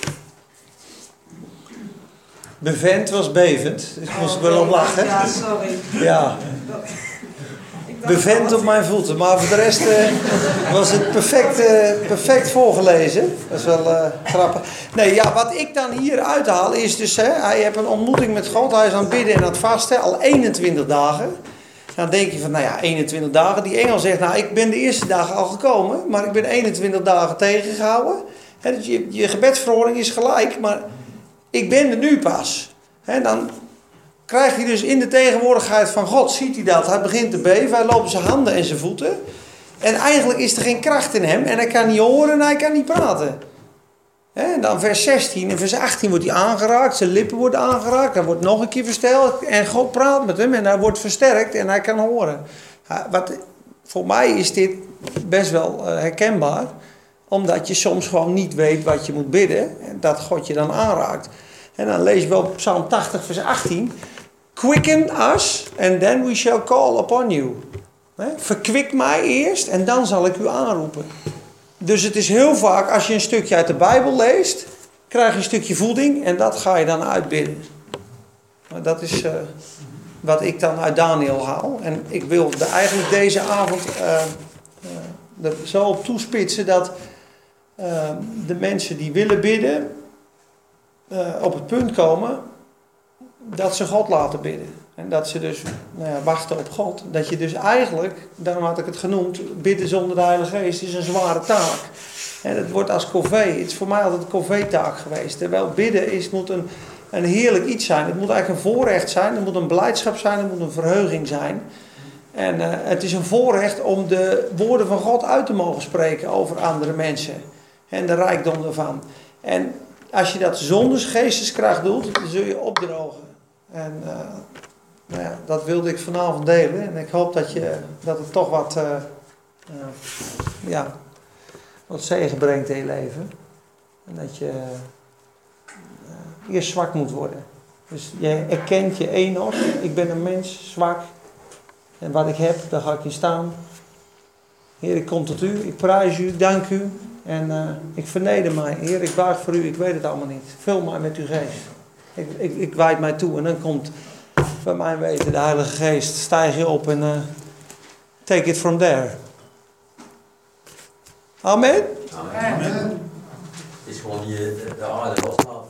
A: Bevend was bevend, dus ik moest er wel op lachen.
L: Ja, sorry.
A: Ja. Bevend op mijn voeten, maar voor de rest uh, was het perfect, uh, perfect voorgelezen. Dat is wel uh, grappig. Nee, ja, wat ik dan hier uithaal is dus, hè, hij heeft een ontmoeting met God, hij is aan het bidden en aan het vasten, al eenentwintig dagen. Dan denk je van, nou ja, eenentwintig dagen. Die engel zegt, nou, ik ben de eerste dagen al gekomen, maar ik ben eenentwintig dagen tegengehouden. He, dus je, je gebedsverhoring is gelijk, maar ik ben er nu pas. He, dan krijg je dus in de tegenwoordigheid van God, ziet hij dat. Hij begint te beven, hij loopt zijn handen en zijn voeten. En eigenlijk is er geen kracht in hem en hij kan niet horen en hij kan niet praten. En dan vers zestien en vers achttien wordt hij aangeraakt, zijn lippen worden aangeraakt, hij wordt nog een keer versteld en God praat met hem en hij wordt versterkt en hij kan horen. Wat, voor mij is dit best wel herkenbaar, omdat je soms gewoon niet weet wat je moet bidden en dat God je dan aanraakt. En dan lees je wel Psalm tachtig vers achttien, quicken us and then we shall call upon you. Verkwik mij eerst en dan zal ik u aanroepen. Dus het is heel vaak, als je een stukje uit de Bijbel leest, krijg je een stukje voeding en dat ga je dan uitbidden. Maar dat is uh, wat ik dan uit Daniel haal. En ik wil de, eigenlijk deze avond uh, uh, er zo op toespitsen dat uh, de mensen die willen bidden uh, op het punt komen dat ze God laten bidden. En dat ze dus nou ja, wachten op God. Dat je dus eigenlijk, daarom had ik het genoemd, bidden zonder de Heilige Geest is een zware taak. En het wordt als corvée. Het is voor mij altijd een corvée-taak geweest. Terwijl bidden is, moet een, een heerlijk iets zijn. Het moet eigenlijk een voorrecht zijn. Het moet een blijdschap zijn. Het moet een verheuging zijn. En uh, het is een voorrecht om de woorden van God uit te mogen spreken over andere mensen. En de rijkdom ervan. En als je dat zonder geesteskracht doet, dan zul je opdrogen. En uh, nou ja, dat wilde ik vanavond delen. En ik hoop dat, je, dat het toch wat, uh, uh, ja, wat zegen brengt in je leven. En dat je uh, eerst zwak moet worden. Dus je erkent je enos. Ik ben een mens, zwak. En wat ik heb, daar ga ik in staan. Heer, ik kom tot u. Ik prijs u, ik dank u. En uh, ik verneder mij. Heer, ik buig voor u. Ik weet het allemaal niet. Vul mij met uw geest. Ik, ik, ik wijd mij toe. En dan komt bij mijn weten de Heilige Geest. Stijg je op en uh, take it from there. Amen.
K: Amen. Het is gewoon je de aarde loslaten.